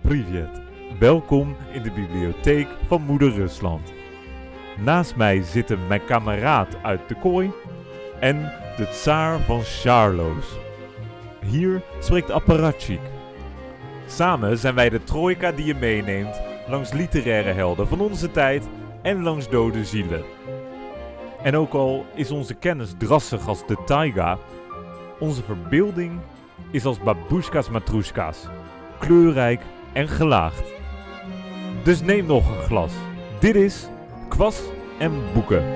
Privet. Welkom in de bibliotheek van Moeder Rusland. Naast mij zitten mijn kameraad uit de kooi en de tsaar van Charloes. Hier spreekt Apparatschik. Samen zijn wij de trojka die je meeneemt langs literaire helden van onze tijd en langs dode zielen. En ook al is onze kennis drassig als de taiga, onze verbeelding is als babushka's matroeska's, kleurrijk en gelaagd. Dus neem nog een glas. Dit is Kwast en Boeken.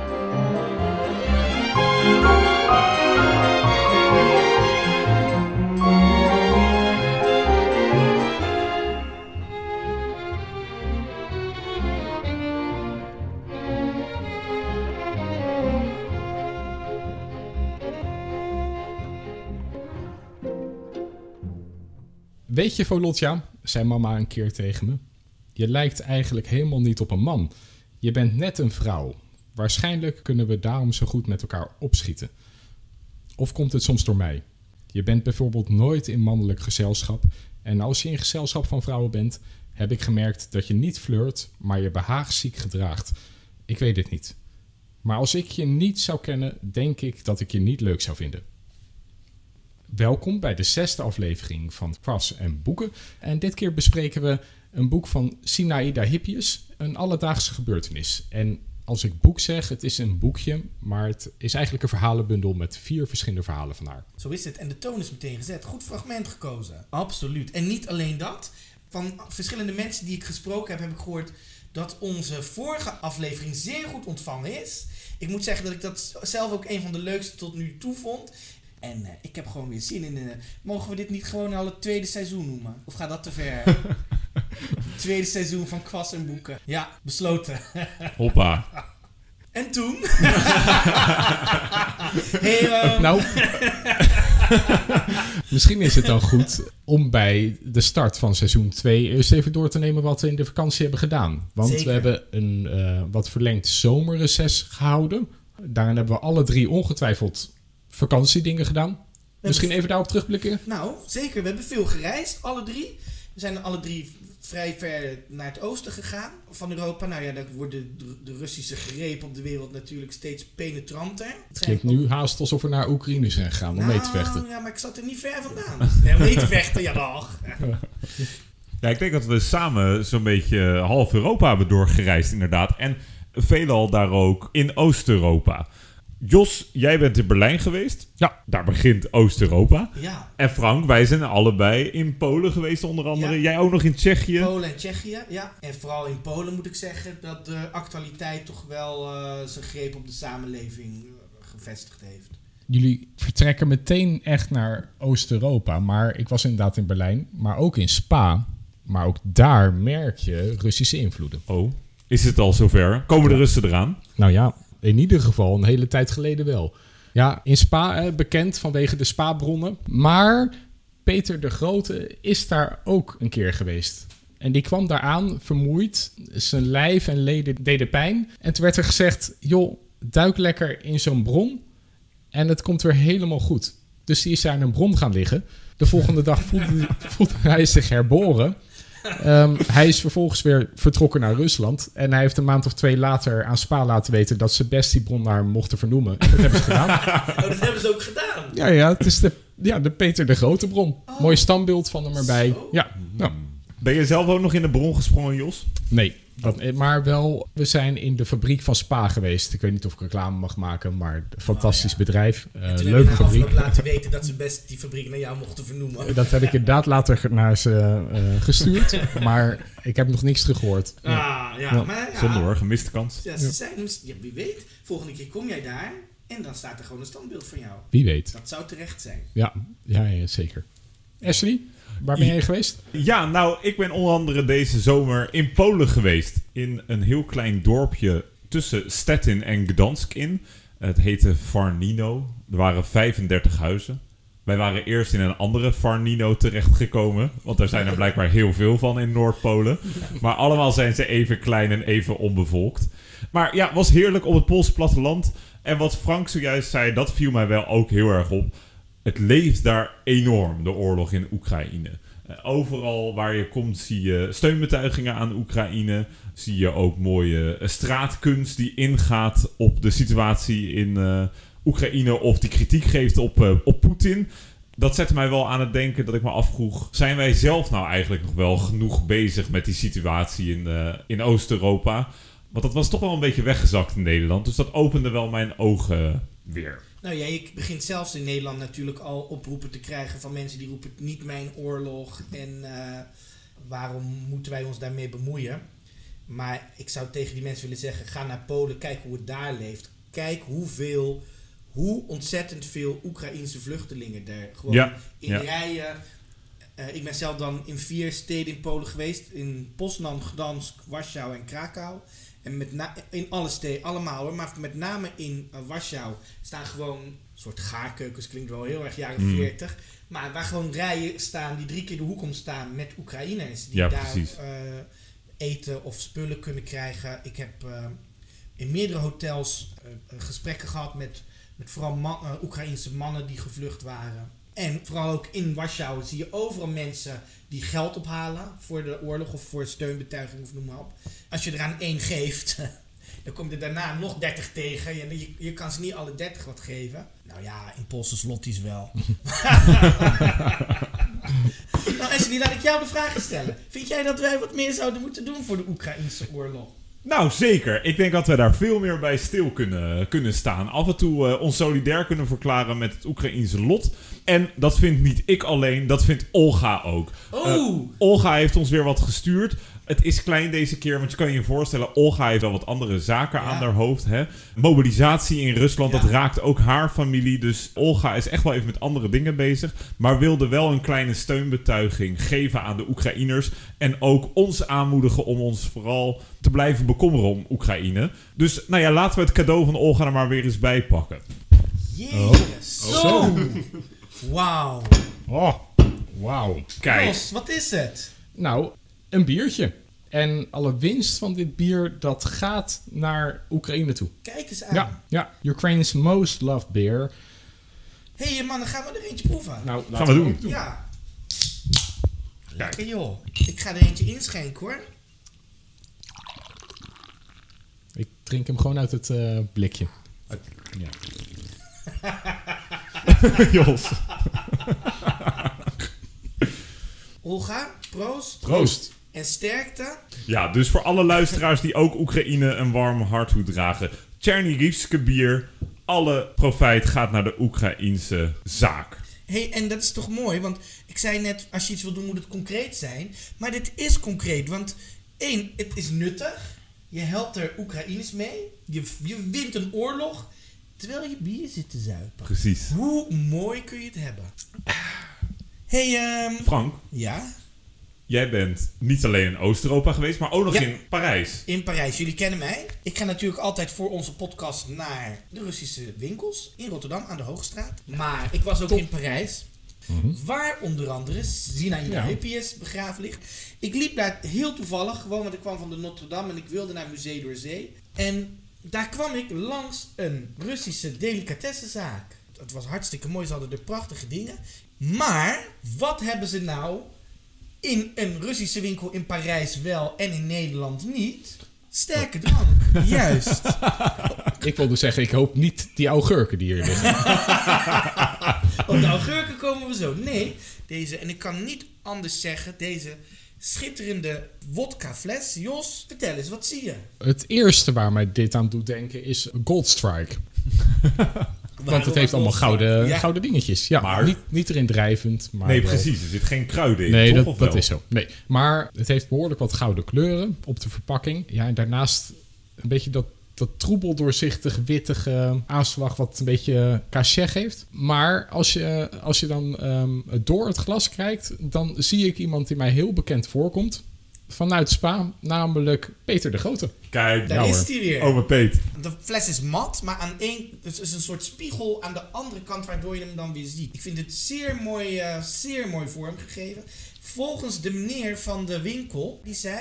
Weet je, Volodja, zei mama een keer tegen me, je lijkt eigenlijk helemaal niet op een man. Je bent net een vrouw. Waarschijnlijk kunnen we daarom zo goed met elkaar opschieten. Of komt het soms door mij? Je bent bijvoorbeeld nooit in mannelijk gezelschap. En als je in gezelschap van vrouwen bent, heb ik gemerkt dat je niet flirt, maar je behaagziek gedraagt. Ik weet het niet. Maar als ik je niet zou kennen, denk ik dat ik je niet leuk zou vinden. Welkom bij de 6e aflevering van Kwast en Boeken. En dit keer bespreken we een boek van Zinaida Hippius, een alledaagse gebeurtenis. En als ik boek zeg, het is een boekje, maar het is eigenlijk een verhalenbundel met 4 verschillende verhalen van haar. Zo is het. En de toon is meteen gezet. Goed fragment gekozen. Absoluut. En niet alleen dat. Van verschillende mensen die ik gesproken heb ik gehoord dat onze vorige aflevering zeer goed ontvangen is. Ik moet zeggen dat ik dat zelf ook een van de leukste tot nu toe vond. En ik heb gewoon weer zin in. Mogen we dit niet gewoon al het tweede seizoen noemen? Of gaat dat te ver? Het tweede seizoen van Kwast en Boeken. Ja, besloten. Hoppa. En toen? Hey, Nou, misschien is het dan goed om bij de start van seizoen 2 eerst even door te nemen wat we in de vakantie hebben gedaan. Want Zeker. we hebben een wat verlengd zomerreces gehouden. Daarin hebben we alle 3 ongetwijfeld vakantiedingen gedaan. Misschien even daarop terugblikken. Nou, zeker. We hebben veel gereisd, alle 3. We zijn alle 3 vrij ver naar het oosten gegaan van Europa. Nou ja, daar worden de Russische greep op de wereld natuurlijk steeds penetranter. Het klinkt nu haast alsof we naar Oekraïne zijn gegaan om mee te vechten. Ja, maar ik zat er niet ver vandaan. Nee, om mee te vechten, ja dag. Ja, ik denk dat we samen zo'n beetje half Europa hebben doorgereisd inderdaad. En veelal daar ook in Oost-Europa. Jos, jij bent in Berlijn geweest. Ja. Daar begint Oost-Europa. Ja. En Frank, wij zijn allebei in Polen geweest onder andere. Ja. Jij ook nog in Tsjechië. Polen en Tsjechië, ja. En vooral in Polen moet ik zeggen dat de actualiteit toch wel zijn greep op de samenleving gevestigd heeft. Jullie vertrekken meteen echt naar Oost-Europa. Maar ik was inderdaad in Berlijn, maar ook in Spa. Maar ook daar merk je Russische invloeden. Oh, is het al zover? Komen de Russen eraan? Nou ja, in ieder geval een hele tijd geleden wel. Ja, in Spa bekend vanwege de Spa-bronnen. Maar Peter de Grote is daar ook een keer geweest. En die kwam daar aan, vermoeid. Zijn lijf en leden deden pijn. En toen werd er gezegd, joh, duik lekker in zo'n bron. En het komt weer helemaal goed. Dus die is daar in een bron gaan liggen. De volgende dag voelde hij zich herboren. Hij is vervolgens weer vertrokken naar Rusland. En hij heeft een maand of 2 later aan Spa laten weten dat ze best die bron naar hem mochten vernoemen. En dat hebben ze gedaan. Oh, dat hebben ze ook gedaan? Ja, het is de Peter de Grote bron. Oh. Mooi standbeeld van hem erbij. Zo. Ja, nou, Ben je zelf ook nog in de bron gesprongen, Jos? nee. Maar wel, we zijn in de fabriek van Spa geweest. Ik weet niet of ik reclame mag maken, maar een fantastisch bedrijf. En toen heb Leuke je fabriek. afloop laten weten dat ze best die fabriek naar jou mochten vernoemen. Dat heb ik inderdaad later naar ze gestuurd. Maar ik heb nog niks teruggehoord. Ja. Maar ja, Zonde hoor, gemiste kans. ja, ze zijn, wie weet, volgende keer kom jij daar en dan staat er gewoon een standbeeld van jou. Wie weet. Dat zou terecht zijn. Ja, zeker. Ashley, waar ben jij geweest? Ja, nou, ik ben onder andere deze zomer in Polen geweest. In een heel klein dorpje tussen Stettin en Gdansk in. Het heette Varnino. Er waren 35 huizen. Wij waren eerst in een andere Varnino terechtgekomen. Want daar zijn er blijkbaar heel veel van in Noord-Polen. Maar allemaal zijn ze even klein en even onbevolkt. Maar ja, het was heerlijk op het Poolse platteland. En wat Frank zojuist zei, dat viel mij wel ook heel erg op. Het leeft daar enorm, de oorlog in Oekraïne. Overal waar je komt zie je steunbetuigingen aan Oekraïne. Zie je ook mooie straatkunst die ingaat op de situatie in Oekraïne of die kritiek geeft op Poetin. Dat zette mij wel aan het denken dat ik me afvroeg, zijn wij zelf nou eigenlijk nog wel genoeg bezig met die situatie in Oost-Europa? Want dat was toch wel een beetje weggezakt in Nederland. Dus dat opende wel mijn ogen weer. Nou ja, je begint zelfs in Nederland natuurlijk al oproepen te krijgen van mensen die roepen niet mijn oorlog en waarom moeten wij ons daarmee bemoeien. Maar ik zou tegen die mensen willen zeggen, ga naar Polen, kijk hoe het daar leeft. Kijk hoe ontzettend veel Oekraïense vluchtelingen er gewoon in rijen. Ik ben zelf dan in 4 steden in Polen geweest. In Poznan, Gdansk, Warschau en Krakau. En in alle steden, allemaal hoor. Maar met name in Warschau staan gewoon een soort gaarkeukens. Klinkt wel heel erg jaren 40. Maar waar gewoon rijen staan die 3 keer de hoek om staan met Oekraïners. Die daar eten of spullen kunnen krijgen. Ik heb in meerdere hotels gesprekken gehad met vooral Oekraïense mannen die gevlucht waren. En vooral ook in Warschau zie je overal mensen die geld ophalen voor de oorlog of voor steunbetuiging of noem maar op. Als je er aan 1 geeft, dan kom je daarna nog 30 tegen. Je kan ze niet alle 30 wat geven. Nou ja, in Poolse zlotys wel. Nou Anthony, laat ik jou de vraag stellen. Vind jij dat wij wat meer zouden moeten doen voor de Oekraïnse oorlog? Nou, zeker. Ik denk dat we daar veel meer bij stil kunnen staan. Af en toe ons solidair kunnen verklaren met het Oekraïense lot. En dat vindt niet ik alleen, dat vindt Olga ook. Olga heeft ons weer wat gestuurd. Het is klein deze keer, want je kan je voorstellen, Olga heeft wel wat andere zaken aan haar hoofd. Hè? Mobilisatie in Rusland, dat raakt ook haar familie. Dus Olga is echt wel even met andere dingen bezig. Maar wilde wel een kleine steunbetuiging geven aan de Oekraïners. En ook ons aanmoedigen om ons vooral te blijven bekommeren om Oekraïne. Dus nou ja, laten we het cadeau van Olga er maar weer eens bij pakken. Zo! Wauw. Oh, wauw. Kijk. Jos, wat is het? Nou, een biertje. En alle winst van dit bier, dat gaat naar Oekraïne toe. Kijk eens aan. Ja. Ukraine's most loved beer. Hé man, dan gaan we er eentje proeven. Nou, gaan we doen. Ja. Lekker joh. Ik ga er eentje inschenken hoor. Ik drink hem gewoon uit het blikje. Ja. Jos. Olga, proost. Proost. En sterkte. Ja, dus voor alle luisteraars die ook Oekraïne een warm hart toedragen. Tchernigivske bier. Alle profijt gaat naar de Oekraïense zaak. Hey, en dat is toch mooi, want ik zei net, als je iets wil doen moet het concreet zijn. Maar dit is concreet, want 1, het is nuttig. Je helpt er Oekraïners mee. Je wint een oorlog, terwijl je bier zit te zuipen. Precies. Hoe mooi kun je het hebben? Hey, Frank. Ja? Jij bent niet alleen in Oost-Europa geweest, maar ook nog in Parijs. In Parijs. Jullie kennen mij. Ik ga natuurlijk altijd voor onze podcast naar de Russische winkels in Rotterdam aan de Hoogstraat. Maar ik was ook in Parijs. Waar onder andere Zinaida Hippius begraven ligt. Ik liep daar heel toevallig, gewoon want ik kwam van de Notre-Dame en ik wilde naar Musée d'Orsay. En daar kwam ik langs een Russische delicatessenzaak. Het was hartstikke mooi, ze hadden er prachtige dingen. Maar wat hebben ze nou in een Russische winkel in Parijs wel en in Nederland niet? Sterke drank. Juist. Ik wilde zeggen, ik hoop niet die augurken die hier liggen. Op de augurken komen we zo. Nee, deze, en ik kan niet anders zeggen, deze schitterende wodkafles. Jos, vertel eens, wat zie je? Het eerste waar mij dit aan doet denken is Goldstrike. Want het heeft allemaal gouden dingetjes. Ja, maar niet erin drijvend. Maar nee, precies. Er zit geen kruiden in. Nee, toch, dat is zo. Nee. Maar het heeft behoorlijk wat gouden kleuren op de verpakking. Ja, en daarnaast een beetje dat troebel, doorzichtig, wittige aanslag wat een beetje cachet geeft. Maar als je dan door het glas kijkt, dan zie ik iemand die mij heel bekend voorkomt. Vanuit Spa, namelijk Peter de Grote. Kijk, daar is hij weer. Over Peet. De fles is mat, maar het is een soort spiegel aan de andere kant waardoor je hem dan weer ziet. Ik vind het zeer mooi vormgegeven. Volgens de meneer van de winkel, die zei,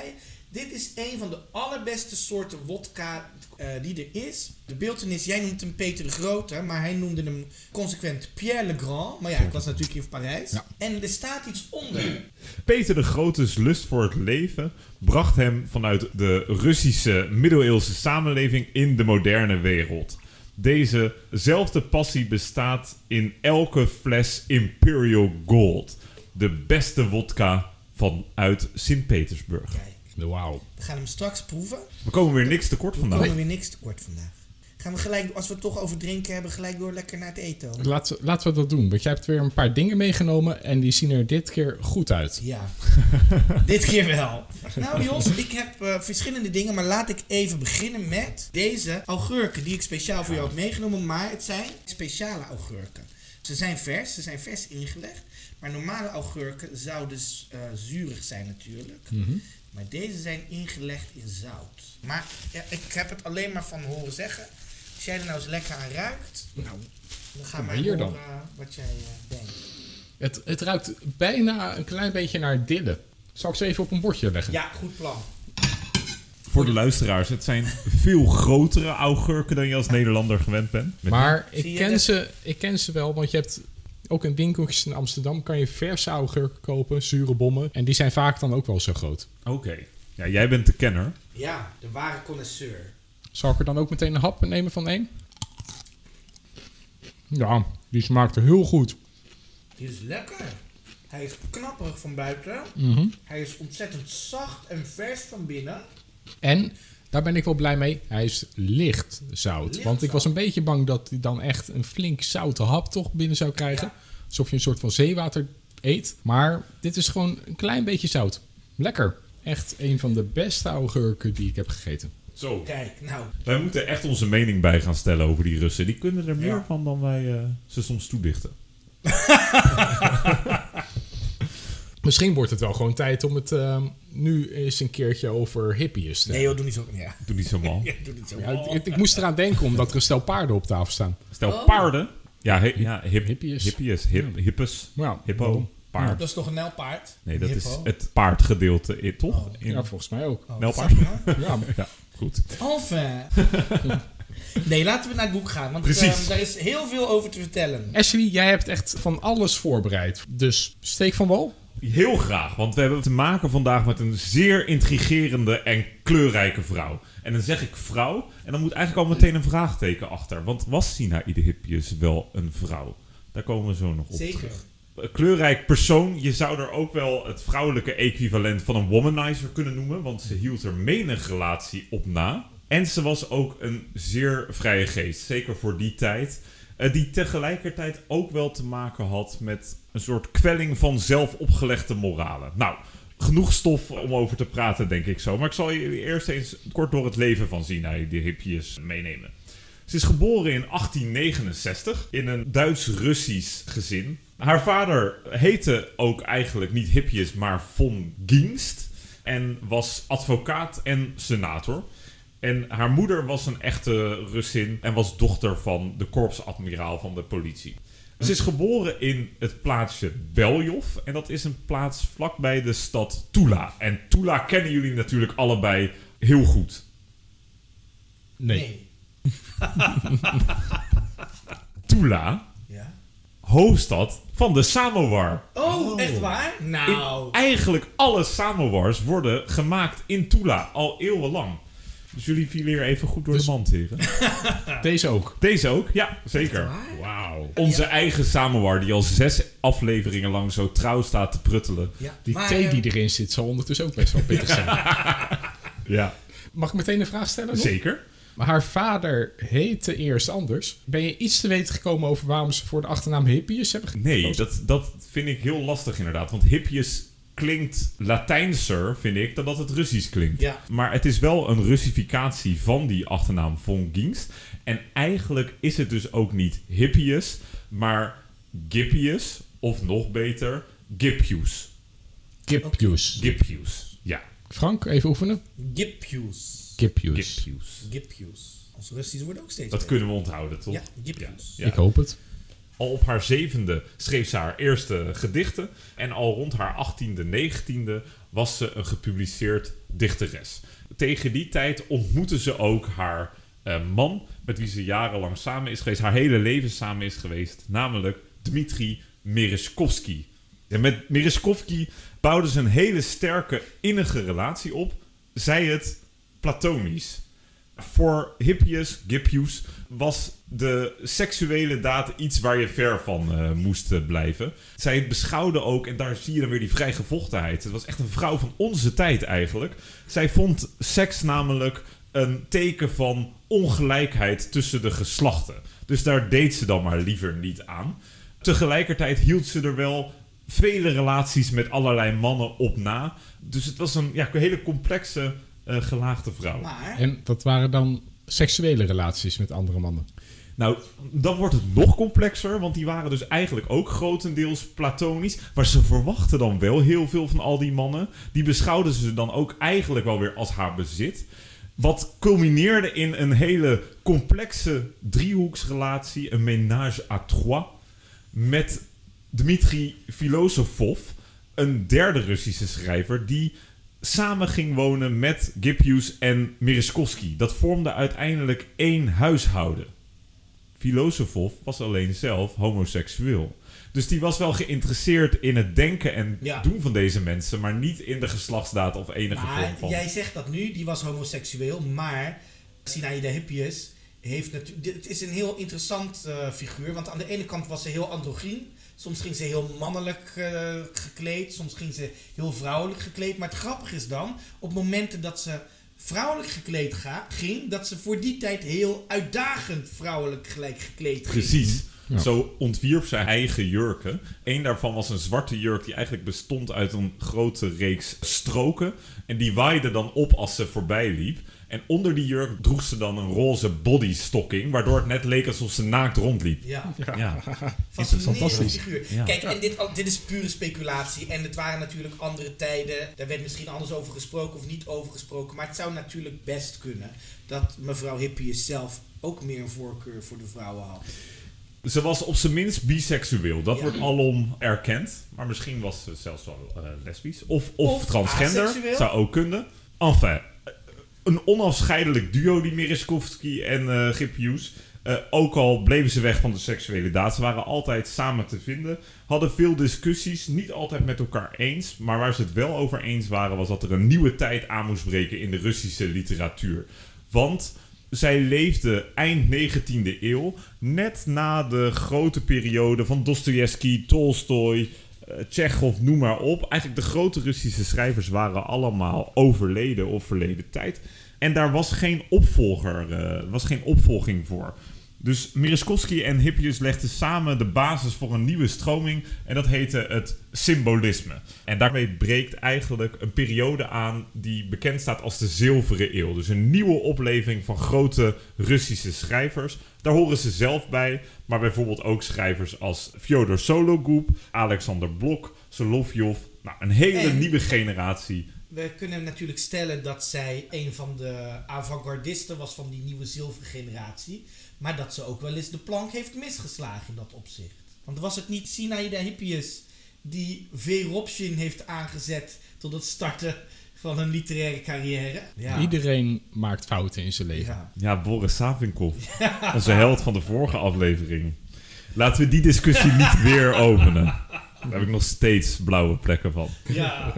Dit is een van de allerbeste soorten wodka die er is. De beeltenis, jij noemt hem Peter de Grote, maar hij noemde hem consequent Pierre le Grand. Maar ja, ik was natuurlijk in Parijs. Ja. En er staat iets onder. Peter de Grote's lust voor het leven bracht hem vanuit de Russische middeleeuwse samenleving in de moderne wereld. Dezezelfde passie bestaat in elke fles Imperial Gold. De beste wodka vanuit Sint-Petersburg. Kijk, Wauw. we gaan hem straks proeven. We komen weer niks tekort We vandaag. komen weer niks tekort vandaag. Gaan we gelijk, als we het toch over drinken hebben, gelijk door lekker naar het eten. Hoor. Laten we dat doen. Want jij hebt weer een paar dingen meegenomen en die zien er dit keer goed uit. Ja, dit keer wel. Nou Jos, ik heb verschillende dingen, maar laat ik even beginnen met deze augurken die ik speciaal voor jou heb meegenomen. Maar het zijn speciale augurken. Ze zijn vers ingelegd. Maar normale augurken zouden zuurig zijn natuurlijk. Mm-hmm. Maar deze zijn ingelegd in zout. Maar ja, ik heb het alleen maar van horen zeggen. Als jij er nou eens lekker aan ruikt, nou, dan gaan maar we hier horen dan. wat jij denkt. Het ruikt bijna een klein beetje naar dille. Zal ik ze even op een bordje leggen? Ja, goed plan. Voor de luisteraars, het zijn veel grotere augurken dan je als Nederlander gewend bent. Maar Zie je ik ken ze wel, want je hebt ook in winkeltjes in Amsterdam kan je verse augurken kopen, zure bommen. En die zijn vaak dan ook wel zo groot. Oké. Ja, jij bent de kenner. Ja, de ware connoisseur. Zal ik er dan ook meteen een hap nemen van één? Ja, die smaakt er heel goed. Die is lekker. Hij is knapperig van buiten. Mm-hmm. Hij is ontzettend zacht en vers van binnen. En daar ben ik wel blij mee. Hij is licht zout. Licht Want ik was zout. een beetje bang dat hij dan echt een flink zoute hap toch binnen zou krijgen. Ja. Alsof je een soort van zeewater eet. Maar dit is gewoon een klein beetje zout. Lekker. Echt een van de beste augurken die ik heb gegeten. Zo. Kijk, nou. Wij moeten echt onze mening bij gaan stellen over die Russen. Die kunnen er meer Ja. van dan wij ze soms toedichten. Misschien wordt het wel gewoon tijd om het nu eens een keertje over hippies te Nee joh, doe niet zo. Ja, Doe niet zo mal. ja doe niet zo. Ja, ik moest eraan denken omdat er een stel paarden op tafel staan. Stel Oh. paarden. Ja, Hippies. hippes, Ja, hippo, paard. Dat is toch een nijlpaard? Nee, dat Hippo? is het paardgedeelte, toch? Oh. In ja, volgens mij ook. Oh, Nijlpaard. zeg maar. Ja, Ja, goed. Enfin. Nee, laten we naar het boek gaan. Want Precies. daar is heel veel over te vertellen. Ashley, jij hebt echt van alles voorbereid. Dus steek van wal. Heel graag, want we hebben te maken vandaag met een zeer intrigerende en kleurrijke vrouw. En dan zeg ik vrouw, en dan moet eigenlijk al meteen een vraagteken achter. Want was Sina de Hippius wel een vrouw? Daar komen we zo nog op Zeker. terug. Een kleurrijk persoon, je zou er ook wel het vrouwelijke equivalent van een womanizer kunnen noemen. Want ze hield er menig relatie op na. En ze was ook een zeer vrije geest, zeker voor die tijd. Die tegelijkertijd ook wel te maken had met een soort kwelling van zelf opgelegde moralen. Nou, genoeg stof om over te praten, denk ik zo. Maar ik zal je eerst eens kort door het leven van Sina de Hippius meenemen. Ze is geboren in 1869 in een Duits-Russisch gezin. Haar vader heette ook eigenlijk niet Hippius, maar von Ginst. En was advocaat en senator. En haar moeder was een echte Russin en was dochter van de korpsadmiraal van de politie. Ze is geboren in het plaatsje Beljov. En dat is een plaats vlakbij de stad Tula. En Tula kennen jullie natuurlijk allebei heel goed. Nee. Tula, Ja. hoofdstad van de samovar. Oh, echt waar? Nou. Eigenlijk alle samowars worden gemaakt in Tula, al eeuwenlang. Dus jullie vielen hier even goed door Dus- de mand, heren. Deze ook. Deze ook? Ja, zeker. Echt waar? Wauw. Onze eigen samowar, die al 6 afleveringen lang zo trouw staat te pruttelen. Ja. Die maar, thee die erin zit zal ondertussen ook best wel pittig zijn. Ja, Mag ik meteen een vraag stellen? nog? zeker. Maar haar vader heette eerst anders. Ben je iets te weten gekomen over waarom ze voor de achternaam Hippius hebben Nee, gekozen? dat vind ik heel lastig inderdaad. Want Hippius klinkt Latijnser, vind ik, dan dat het Russisch klinkt. Ja. Maar het is wel een Russificatie van die achternaam von Ginst. En eigenlijk is het dus ook niet Hippius, maar Gippius, of nog beter, Gippius. Gippius. Gippius, ja. Frank, even oefenen. Gippius. Gippius. Gippius. Gippius. Onze Russisch wordt ook steeds Dat beter. kunnen we onthouden, toch? Ja, Gippius. Ja. Ik hoop het. Al op haar 7e schreef ze haar eerste gedichten. En al rond haar 18e, 19e was ze een gepubliceerd dichteres. Tegen die tijd ontmoette ze ook haar man, met wie ze jarenlang samen is geweest, haar hele leven samen is geweest, namelijk Dmitri Merezhkovsky. En met Merezhkovsky bouwden ze een hele sterke, innige relatie op, zij het platonisch. Voor Hippius was de seksuele daad iets waar je ver van moest blijven. Zij beschouwde ook, en daar zie je dan weer die vrijgevochtenheid. Het was echt een vrouw van onze tijd eigenlijk. Zij vond seks namelijk een teken van ongelijkheid tussen de geslachten. Dus daar deed ze dan maar liever niet aan. Tegelijkertijd hield ze er wel vele relaties met allerlei mannen op na. Dus het was een hele complexe, gelaagde vrouw. Maar... En dat waren dan seksuele relaties met andere mannen? Nou, dan wordt het nog complexer, want die waren dus eigenlijk ook grotendeels platonisch. Maar ze verwachten dan wel heel veel van al die mannen. Die beschouwden ze dan ook eigenlijk wel weer als haar bezit. Wat culmineerde in een hele complexe driehoeksrelatie, een ménage à trois, met Dmitri Filosofov, een derde Russische schrijver, die samen ging wonen met Hippius en Merezhkovsky. Dat vormde uiteindelijk één huishouden. Filosofov was alleen zelf homoseksueel. Dus die was wel geïnteresseerd in het denken en doen van deze mensen, maar niet in de geslachtsdaad of enige vorm van. Jij zegt dat nu, die was homoseksueel, maar Zinaida Hippius heeft natuurlijk... Het is een heel interessant figuur, want aan de ene kant was ze heel androgyn. Soms ging ze heel mannelijk gekleed, soms ging ze heel vrouwelijk gekleed. Maar het grappige is dan, op momenten dat ze vrouwelijk gekleed ging, dat ze voor die tijd heel uitdagend vrouwelijk gelijk gekleed ging. Precies. Ja. Zo ontwierp zij eigen jurken. Eén daarvan was een zwarte jurk die eigenlijk bestond uit een grote reeks stroken. En die waaide dan op als ze voorbij liep. En onder die jurk droeg ze dan een roze bodystocking, waardoor het net leek alsof ze naakt rondliep. Ja. Fascinerende figuur. Ja. Kijk, en dit is pure speculatie. En het waren natuurlijk andere tijden. Daar werd misschien anders over gesproken of niet over gesproken. Maar het zou natuurlijk best kunnen dat mevrouw Hippius zelf ook meer een voorkeur voor de vrouwen had. Ze was op zijn minst biseksueel. Dat wordt alom erkend. Maar misschien was ze zelfs wel lesbisch. Of transgender. Aseksueel. Zou ook kunnen. Enfin, een onafscheidelijk duo, die Merezhkovsky en Hippius. Ook al bleven ze weg van de seksuele daad. Ze waren altijd samen te vinden. Hadden veel discussies. Niet altijd met elkaar eens. Maar waar ze het wel over eens waren, was dat er een nieuwe tijd aan moest breken in de Russische literatuur. Want zij leefde eind 19e eeuw, net na de grote periode van Dostojevski, Tolstoj, Tsjechov, noem maar op. Eigenlijk de grote Russische schrijvers waren allemaal overleden of verleden tijd. En daar was geen opvolging voor. Dus Merezhkovsky en Hippius legden samen de basis voor een nieuwe stroming. En dat heette het symbolisme. En daarmee breekt eigenlijk een periode aan die bekend staat als de Zilveren Eeuw. Dus een nieuwe opleving van grote Russische schrijvers. Daar horen ze zelf bij. Maar bijvoorbeeld ook schrijvers als Fyodor Sologub, Alexander Blok, Solovjov. Nou, een hele nieuwe generatie. We kunnen natuurlijk stellen dat zij een van de avant-gardisten was van die nieuwe zilveren generatie. Maar dat ze ook wel eens de plank heeft misgeslagen in dat opzicht. Want was het niet Zinaida Hippius die Verobshin heeft aangezet tot het starten van een literaire carrière? Ja. Iedereen maakt fouten in zijn leven. Ja, Boris Savinkov. Onze held van de vorige aflevering. Laten we die discussie niet weer openen. Daar heb ik nog steeds blauwe plekken van. Ja.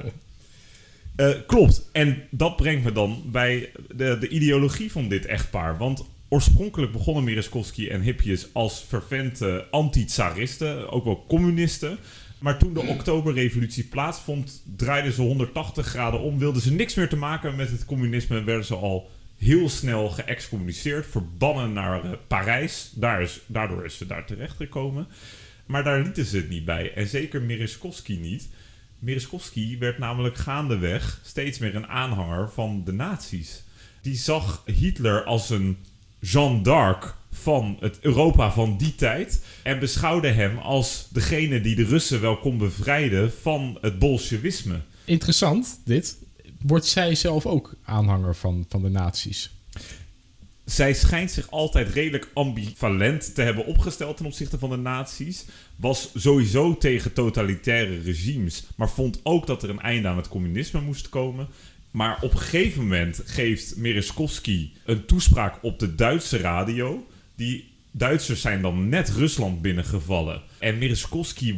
Klopt. En dat brengt me dan bij de ideologie van dit echtpaar. Want oorspronkelijk begonnen Merezhkovsky en Hippius als fervente anti-tsaristen, ook wel communisten. Maar toen de Oktoberrevolutie plaatsvond, draaiden ze 180 graden om, wilden ze niks meer te maken met het communisme en werden ze al heel snel geëxcommuniceerd, verbannen naar Parijs. Daardoor is ze daar terechtgekomen. Maar daar lieten ze het niet bij. En zeker Merezhkovsky niet. Merezhkovsky werd namelijk gaandeweg steeds meer een aanhanger van de nazi's. Die zag Hitler als een Jeanne d'Arc van het Europa van die tijd. En beschouwde hem als degene die de Russen wel kon bevrijden van het bolsjewisme. Interessant, dit. Wordt zij zelf ook aanhanger van de nazi's? zij schijnt zich altijd redelijk ambivalent te hebben opgesteld ten opzichte van de nazi's. Was sowieso tegen totalitaire regimes, maar vond ook dat er een einde aan het communisme moest komen. Maar op een gegeven moment geeft Merezkovsky een toespraak op de Duitse radio. Die Duitsers zijn dan net Rusland binnengevallen. En Merezkovsky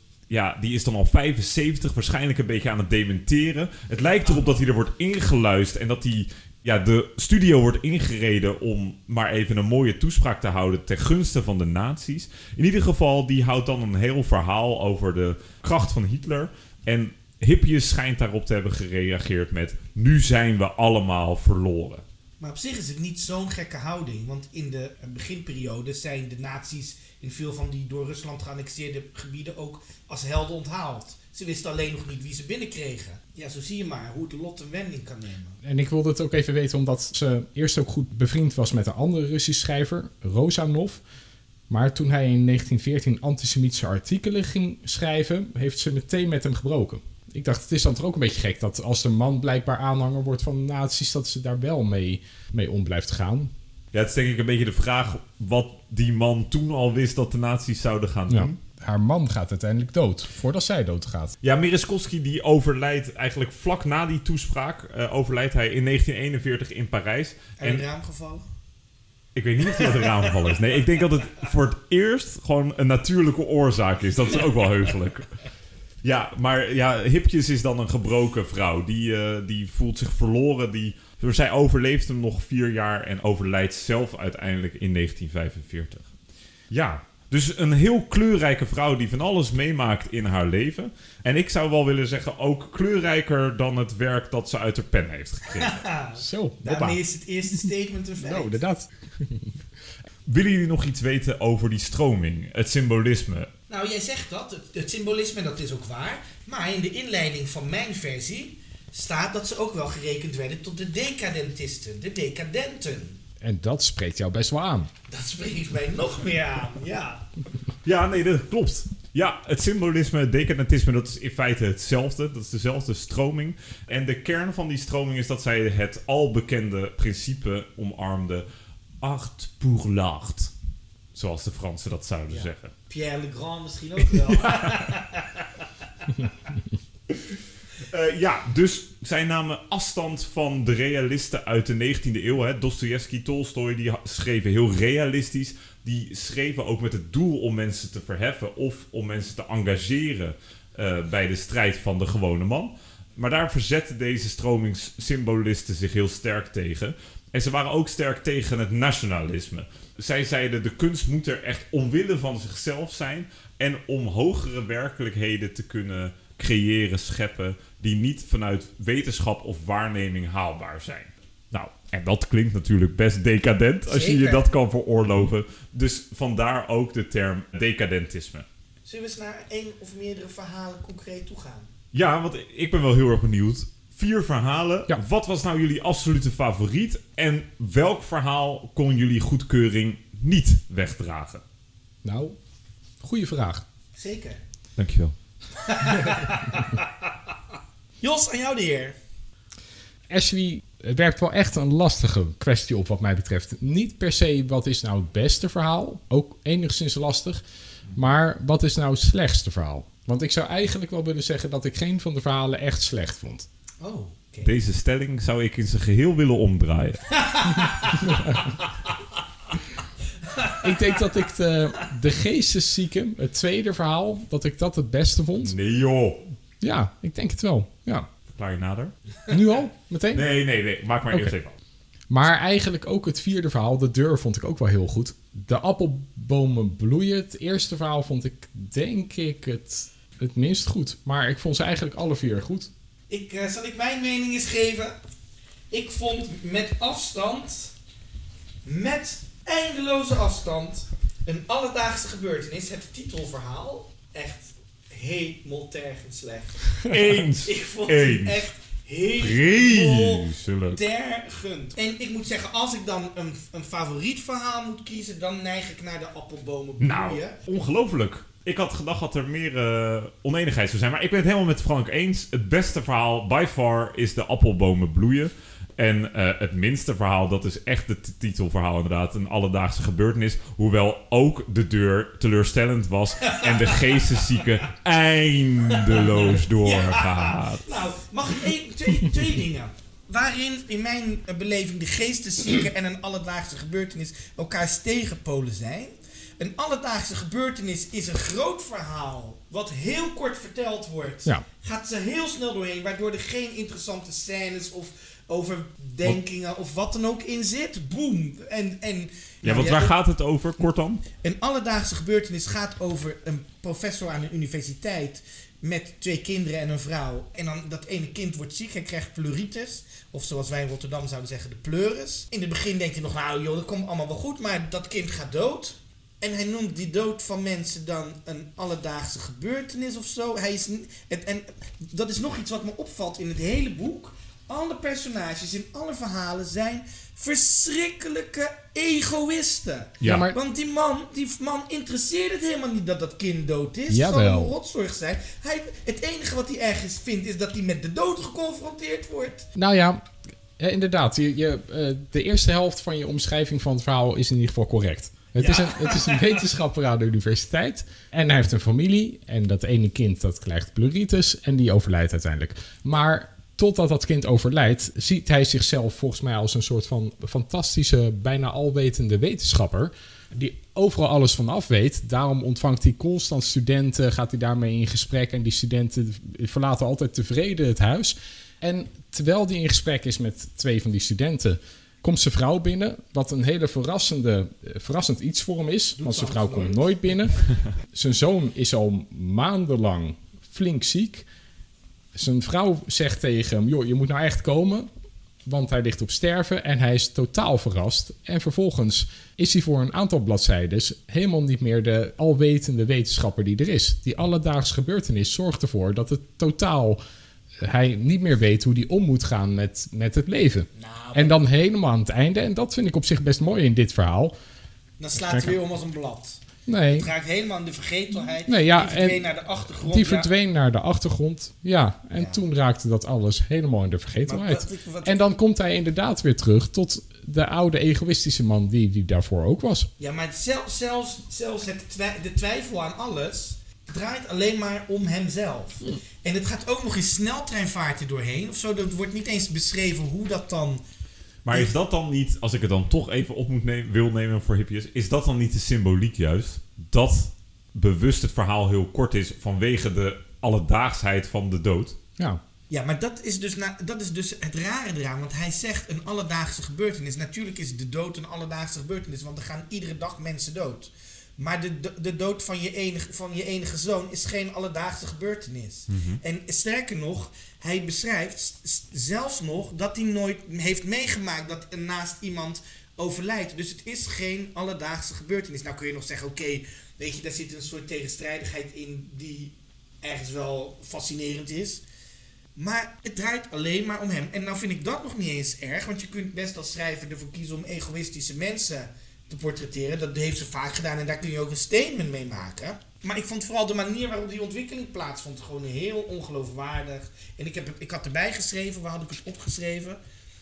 die is dan al 75, waarschijnlijk een beetje aan het dementeren. Het lijkt erop dat hij er wordt ingeluisterd en dat hij de studio wordt ingereden om maar even een mooie toespraak te houden ten gunste van de nazi's. In ieder geval, die houdt dan een heel verhaal over de kracht van Hitler. En Hippius schijnt daarop te hebben gereageerd met: nu zijn we allemaal verloren. Maar op zich is het niet zo'n gekke houding. Want in de beginperiode zijn de nazi's in veel van die door Rusland geannexeerde gebieden ook als helden onthaald. Ze wisten alleen nog niet wie ze binnenkregen. Ja, zo zie je maar hoe het lot een wending kan nemen. En ik wilde het ook even weten omdat ze eerst ook goed bevriend was met een andere Russisch schrijver, Rozanov. Maar toen hij in 1914 antisemitische artikelen ging schrijven, heeft ze meteen met hem gebroken. Ik dacht, het is dan toch ook een beetje gek dat als de man blijkbaar aanhanger wordt van de nazi's, dat ze daar wel mee om blijft gaan. Ja, het is denk ik een beetje de vraag wat die man toen al wist dat de nazi's zouden gaan doen. Ja, haar man gaat uiteindelijk dood, voordat zij doodgaat. Ja, Merezkovsky die overlijdt eigenlijk vlak na die toespraak. Overlijdt hij in 1941 in Parijs. En raam gevallen? Ik weet niet of hij uit een raam gevallen is. Nee, ik denk dat het voor het eerst gewoon een natuurlijke oorzaak is. Dat is ook wel heugelijk. Ja, maar Hippius is dan een gebroken vrouw. Die voelt zich verloren. Zij overleeft hem nog 4 jaar en overlijdt zelf uiteindelijk in 1945. Ja, dus een heel kleurrijke vrouw die van alles meemaakt in haar leven. En ik zou wel willen zeggen, ook kleurrijker dan het werk dat ze uit haar pen heeft gekregen. Zo, daarmee is het eerste statement een feit. Nou, inderdaad. Willen jullie nog iets weten over die stroming, het symbolisme? Nou, jij zegt dat, het symbolisme, dat is ook waar. Maar in de inleiding van mijn versie staat dat ze ook wel gerekend werden tot de decadentisten, de decadenten. En dat spreekt jou best wel aan. Dat spreekt mij nog meer aan, ja. Ja, nee, dat klopt. Ja, het symbolisme, het decadentisme, dat is in feite hetzelfde. Dat is dezelfde stroming. En de kern van die stroming is dat zij het albekende principe omarmde: art pour l'art. Zoals de Fransen dat zouden zeggen. Pierre Legrand misschien ook wel. Dus zij namen afstand van de realisten uit de 19e eeuw. Dostojevski, Tolstoj, die schreven heel realistisch. Die schreven ook met het doel om mensen te verheffen of om mensen te engageren bij de strijd van de gewone man. Maar daar verzetten deze stromingssymbolisten zich heel sterk tegen. En ze waren ook sterk tegen het nationalisme. Zij zeiden, de kunst moet er echt omwille van zichzelf zijn en om hogere werkelijkheden te kunnen creëren, scheppen, die niet vanuit wetenschap of waarneming haalbaar zijn. Nou, en dat klinkt natuurlijk best decadent als je dat kan veroorloven. Dus vandaar ook de term decadentisme. Zullen we eens naar 1 of meerdere verhalen concreet toegaan? Ja, want ik ben wel heel erg benieuwd. 4 verhalen. Ja. Wat was nou jullie absolute favoriet? En welk verhaal kon jullie goedkeuring niet wegdragen? Nou, goede vraag. Zeker. Dankjewel. Jos, aan jou de eer. Ashley werpt wel echt een lastige kwestie op wat mij betreft. Niet per se wat is nou het beste verhaal. Ook enigszins lastig. Maar wat is nou het slechtste verhaal? Want ik zou eigenlijk wel willen zeggen dat ik geen van de verhalen echt slecht vond. Oh, okay. Deze stelling zou ik in zijn geheel willen omdraaien. Ik denk dat ik de Geesteszieken, het tweede verhaal, dat ik dat het beste vond. Nee joh. Ja, ik denk het wel. Ja. Verklaar je nader? Nu al? Meteen? Nee. Maak maar eerst even af. Maar eigenlijk ook het vierde verhaal, de deur, vond ik ook wel heel goed. De appelbomen bloeien. Het eerste verhaal vond ik, denk ik, het minst goed. Maar ik vond ze eigenlijk alle 4 goed. Zal ik mijn mening eens geven? Ik vond met eindeloze afstand, een alledaagse gebeurtenis, het titelverhaal, echt hemeltergend slecht. Eens. Ik vond het echt hemeltergend. En ik moet zeggen, als ik dan een favoriet verhaal moet kiezen, dan neig ik naar de appelbomen bloeien. Nou, ongelooflijk. Ik had gedacht dat er meer oneenigheid zou zijn. Maar ik ben het helemaal met Frank eens. Het beste verhaal, by far, is de appelbomen bloeien. En het minste verhaal, dat is echt het titelverhaal inderdaad. Een alledaagse gebeurtenis. Hoewel ook de deur teleurstellend was. En de geesteszieke eindeloos doorgaat. Ja. Nou, mag ik twee dingen. Waarin in mijn beleving de geesteszieke en een alledaagse gebeurtenis elkaars tegenpolen zijn. Een alledaagse gebeurtenis is een groot verhaal. Wat heel kort verteld wordt. Ja. Gaat ze heel snel doorheen. Waardoor er geen interessante scènes of overdenkingen of wat dan ook in zit. Boom. Want waar gaat het over, kort dan? Een alledaagse gebeurtenis gaat over een professor aan een universiteit met 2 kinderen en een vrouw. En dan dat ene kind wordt ziek, hij krijgt pleuritis. Of zoals wij in Rotterdam zouden zeggen, de pleuris. In het begin denkt hij nog, nou joh, dat komt allemaal wel goed. Maar dat kind gaat dood. En hij noemt die dood van mensen dan een alledaagse gebeurtenis of zo. En dat is nog iets wat me opvalt in het hele boek. Alle personages in alle verhalen zijn verschrikkelijke egoïsten. Ja, maar want die man interesseert het helemaal niet dat dat kind dood is. Jawel. Het zal een rotzorg zijn. Het enige wat hij ergens vindt is dat hij met de dood geconfronteerd wordt. Nou ja, inderdaad. De eerste helft van je omschrijving van het verhaal is in ieder geval correct. Het is een wetenschapper aan de universiteit. En hij heeft een familie. En dat ene kind dat krijgt pleuritis. En die overlijdt uiteindelijk. Maar totdat dat kind overlijdt, ziet hij zichzelf volgens mij als een soort van fantastische, bijna alwetende wetenschapper. Die overal alles van af weet. Daarom ontvangt hij constant studenten, gaat hij daarmee in gesprek. En die studenten verlaten altijd tevreden het huis. En terwijl hij in gesprek is met 2 van die studenten, komt zijn vrouw binnen, wat een hele verrassend iets voor hem is. Want zijn vrouw komt nooit binnen. Zijn zoon is al maandenlang flink ziek. Zijn vrouw zegt tegen hem, joh, je moet nou echt komen, want hij ligt op sterven. En hij is totaal verrast. En vervolgens is hij voor een aantal bladzijden helemaal niet meer de alwetende wetenschapper die er is. Die alledaagse gebeurtenis zorgt ervoor dat het totaal hij niet meer weet hoe hij om moet gaan met het leven. En dan helemaal aan het einde, en dat vind ik op zich best mooi in dit verhaal. Dan slaat hij weer om als een blad. Nee. Het raakt helemaal in de vergetelheid. Nee, ja, die verdween naar de achtergrond. Die verdween naar de achtergrond, ja. En toen raakte dat alles helemaal in de vergetelheid. En dan komt hij inderdaad weer terug tot de oude egoïstische man die daarvoor ook was. Ja, maar zelfs de twijfel aan alles draait alleen maar om hemzelf. En het gaat ook nog in sneltreinvaart er doorheen. Of zo, er wordt niet eens beschreven hoe dat dan. Maar is dat dan niet, als ik het dan toch even op wil nemen voor hippies, is dat dan niet de symboliek juist? Dat bewust het verhaal heel kort is vanwege de alledaagsheid van de dood? Ja, maar dat is dus het rare eraan. Want hij zegt een alledaagse gebeurtenis. Natuurlijk is de dood een alledaagse gebeurtenis. Want er gaan iedere dag mensen dood. Maar de dood van je enige zoon is geen alledaagse gebeurtenis. Mm-hmm. En sterker nog, hij beschrijft zelfs nog dat hij nooit heeft meegemaakt dat er naast iemand overlijdt. Dus het is geen alledaagse gebeurtenis. Nou kun je nog zeggen, oké, weet je, daar zit een soort tegenstrijdigheid in die ergens wel fascinerend is. Maar het draait alleen maar om hem. En nou vind ik dat nog niet eens erg, want je kunt best als schrijver ervoor kiezen om egoïstische mensen te portretteren. Dat heeft ze vaak gedaan en daar kun je ook een statement mee maken. Maar ik vond vooral de manier waarop die ontwikkeling plaatsvond gewoon heel ongeloofwaardig. En ik had erbij geschreven, waar had ik het opgeschreven?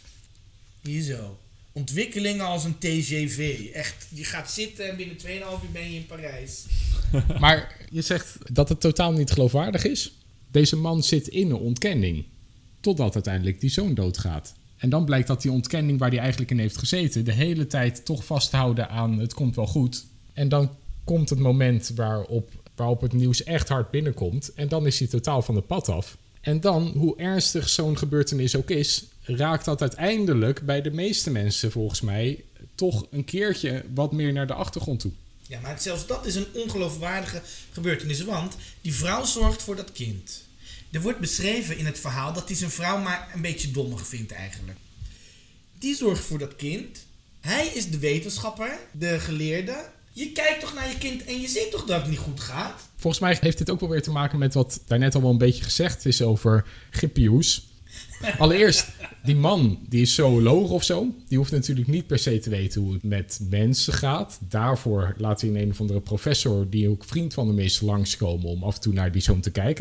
Hier zo. Ontwikkelingen als een TGV. Echt, je gaat zitten en binnen 2,5 uur ben je in Parijs. Maar je zegt dat het totaal niet geloofwaardig is. Deze man zit in een ontkenning. Totdat uiteindelijk die zoon doodgaat. En dan blijkt dat die ontkenning waar hij eigenlijk in heeft gezeten de hele tijd toch vasthouden aan het komt wel goed. En dan komt het moment waarop het nieuws echt hard binnenkomt. En dan is hij totaal van de pad af. En dan, hoe ernstig zo'n gebeurtenis ook is, raakt dat uiteindelijk bij de meeste mensen volgens mij toch een keertje wat meer naar de achtergrond toe. Ja, maar zelfs dat is een ongeloofwaardige gebeurtenis, want die vrouw zorgt voor dat kind. Er wordt beschreven in het verhaal dat hij zijn vrouw maar een beetje dommig vindt eigenlijk. Die zorgt voor dat kind. Hij is de wetenschapper, de geleerde. Je kijkt toch naar je kind en je ziet toch dat het niet goed gaat? Volgens mij heeft dit ook wel weer te maken met wat daarnet al wel een beetje gezegd is over Grippius. Allereerst, die man, die is zooloog of zo. Die hoeft natuurlijk niet per se te weten hoe het met mensen gaat. Daarvoor laat hij een of andere professor, die ook vriend van hem is, langskomen om af en toe naar die zoon te kijken.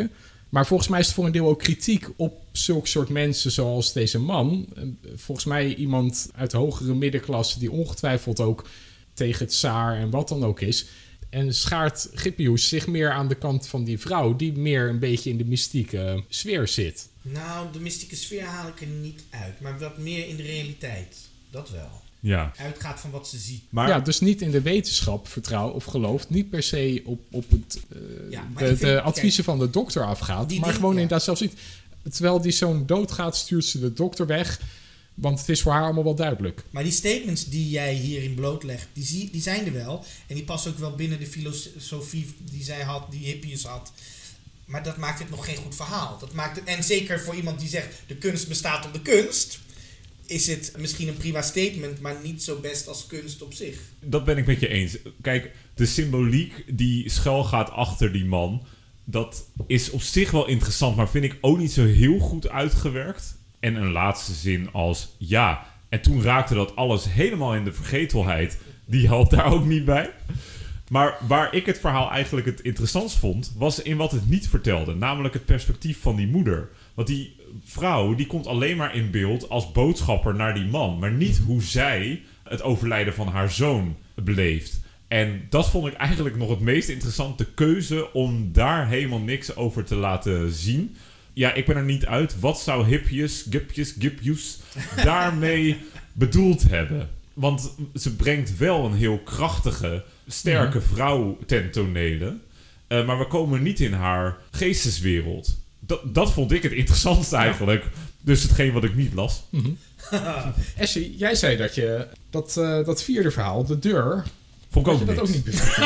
Maar volgens mij is het voor een deel ook kritiek op zulke soort mensen zoals deze man. Volgens mij iemand uit de hogere middenklasse die ongetwijfeld ook tegen het tsaar en wat dan ook is. En schaart Gippius zich meer aan de kant van die vrouw die meer een beetje in de mystieke sfeer zit. Nou, de mystieke sfeer haal ik er niet uit, maar wat meer in de realiteit. Dat wel. Ja. Uitgaat van wat ze ziet. Maar Ja, dus niet in de wetenschap vertrouwen of gelooft. Niet per se op het, de adviezen van de dokter afgaat. Maar gewoon inderdaad zelfs niet. Terwijl die zoon doodgaat, stuurt ze de dokter weg. Want het is voor haar allemaal wel duidelijk. Maar die statements die jij hierin blootlegt, die zijn er wel. En die passen ook wel binnen de filosofie die zij had, die Hippius had. Maar dat maakt het nog geen goed verhaal. Dat maakt het, en zeker voor iemand die zegt, de kunst bestaat om de kunst, is het misschien een prima statement, maar niet zo best als kunst op zich. dat ben ik met je eens. Kijk, de symboliek die schuil gaat achter die man, dat is op zich wel interessant, maar vind ik ook niet zo heel goed uitgewerkt. En een laatste zin als ja. En toen raakte dat alles helemaal in de vergetelheid. Die helpt daar ook niet bij. Maar waar ik het verhaal eigenlijk het interessantst vond, was in wat het niet vertelde. Namelijk het perspectief van die moeder. Want die vrouw, die komt alleen maar in beeld als boodschapper naar die man. Maar niet hoe zij het overlijden van haar zoon beleeft. En dat vond ik eigenlijk nog het meest interessante keuze om daar helemaal niks over te laten zien. Ja, ik ben er niet uit. Wat zou Gippius daarmee bedoeld hebben? Want ze brengt wel een heel krachtige, sterke vrouw ten tonele. Maar we komen niet in haar geesteswereld. Dat vond ik het interessantste eigenlijk. Dus hetgeen wat ik niet las. Essie, jij zei dat je dat vierde verhaal, de deur, Vond ik ook dat je dat ook niks. niet begreep.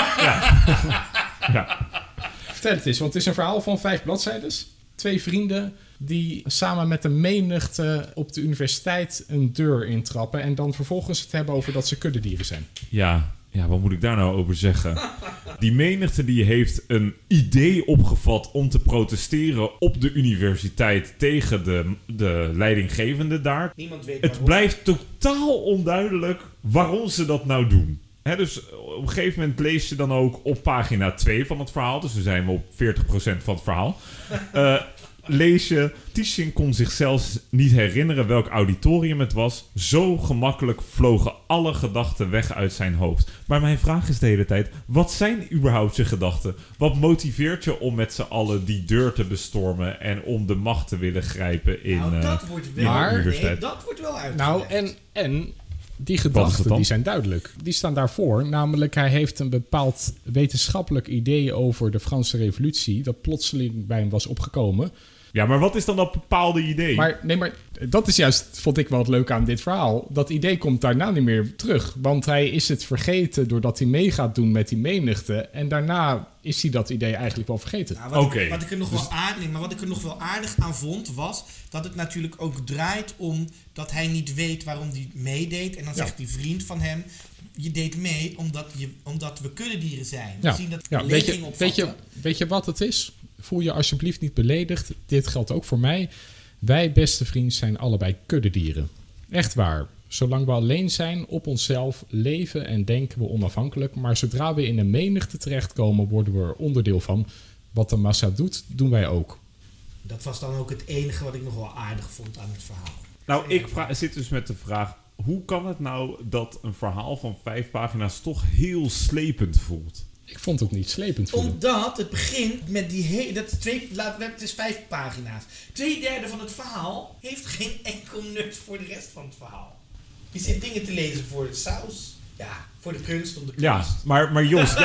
Ja. Vertel het eens, want het is een verhaal van 5 bladzijden. 2 vrienden die samen met een menigte op de universiteit een deur intrappen en dan vervolgens het hebben over dat ze kuddedieren zijn. Ja, wat moet ik daar nou over zeggen? Die menigte die heeft een idee opgevat om te protesteren op de universiteit tegen de leidinggevende daar. Niemand weet Het waarom. blijft totaal onduidelijk waarom ze dat nou doen. Dus op een gegeven moment lees je dan ook op pagina 2 van het verhaal. Dus dan zijn we op 40% van het verhaal. Lees je, Titian kon zich zelfs niet herinneren welk auditorium het was. Zo gemakkelijk vlogen alle gedachten weg uit zijn hoofd. Maar mijn vraag is de hele tijd, wat zijn überhaupt je gedachten? Wat motiveert je om met z'n allen die deur te bestormen en om de macht te willen grijpen in dat wordt wel, maar- universiteit? dat wordt wel uitgelegd. Nou, en die Wat is het gedachten dan? die zijn duidelijk. Die staan daarvoor. Namelijk, hij heeft een bepaald wetenschappelijk idee over de Franse Revolutie dat plotseling bij hem was opgekomen. Ja, maar wat is dan dat bepaalde idee? Maar dat is juist, vond ik wel het leuke aan dit verhaal. Dat idee komt daarna niet meer terug. Want hij is het vergeten doordat hij mee gaat doen met die menigte. En daarna is hij dat idee eigenlijk wel vergeten. Nou, Oké. wat ik er nog wel aardig aan vond, was dat het natuurlijk ook draait om dat hij niet weet waarom hij meedeed. En dan zegt die vriend van hem, je deed mee omdat we kuddedieren zijn. We zien dat belediging opvatten. Weet je wat het is? Voel je alsjeblieft niet beledigd. Dit geldt ook voor mij. Wij, beste vrienden, zijn allebei kuddedieren. Echt waar. Zolang we alleen zijn, op onszelf, leven en denken we onafhankelijk. Maar zodra we in een menigte terechtkomen, worden we er onderdeel van. Wat de massa doet, doen wij ook. Dat was dan ook het enige wat ik nog wel aardig vond aan het verhaal. Nou, ik zit dus met de vraag, hoe kan het nou dat een verhaal van 5 pagina's toch heel slepend voelt? Ik vond het niet slepend voelen. Omdat het begint met het is 5 pagina's. 2/3 van het verhaal heeft geen enkel nut voor de rest van het verhaal. Je zit dingen te lezen voor de saus. Ja, voor de kunst, om de kunst. Ja, maar Jos,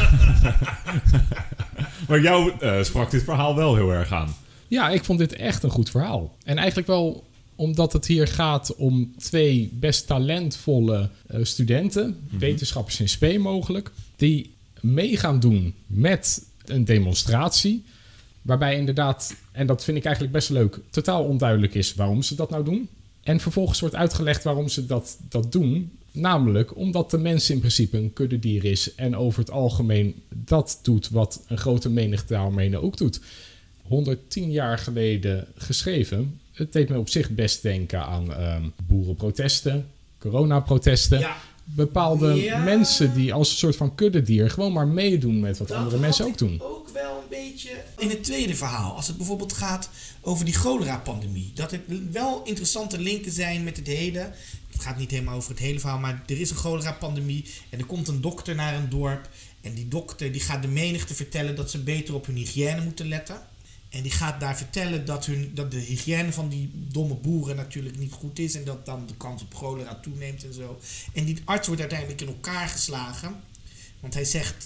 maar jou sprak dit verhaal wel heel erg aan. Ja, ik vond dit echt een goed verhaal. En eigenlijk wel omdat het hier gaat om 2 best talentvolle studenten, wetenschappers in spe mogelijk, die mee gaan doen met een demonstratie. Waarbij inderdaad, en dat vind ik eigenlijk best leuk, totaal onduidelijk is waarom ze dat nou doen. En vervolgens wordt uitgelegd waarom ze dat doen. Namelijk omdat de mens in principe een kuddedier is en over het algemeen dat doet wat een grote menigte daarmee ook doet. 110 jaar geleden geschreven. Het deed me op zich best denken aan boerenprotesten, coronaprotesten. Ja. Bepaalde mensen die als een soort van kuddedier gewoon maar meedoen met wat Dat andere mensen had ook doen. ik ook wel een beetje in het tweede verhaal. Als het bijvoorbeeld gaat over die cholera-pandemie. Dat er wel interessante linken zijn met het heden. Het gaat niet helemaal over het hele verhaal, maar er is een cholera-pandemie. En er komt een dokter naar een dorp. En die dokter die gaat de menigte vertellen dat ze beter op hun hygiëne moeten letten. En die gaat daar vertellen dat de hygiëne van die domme boeren natuurlijk niet goed is. En dat dan de kans op cholera toeneemt en zo. En die arts wordt uiteindelijk in elkaar geslagen. Want hij zegt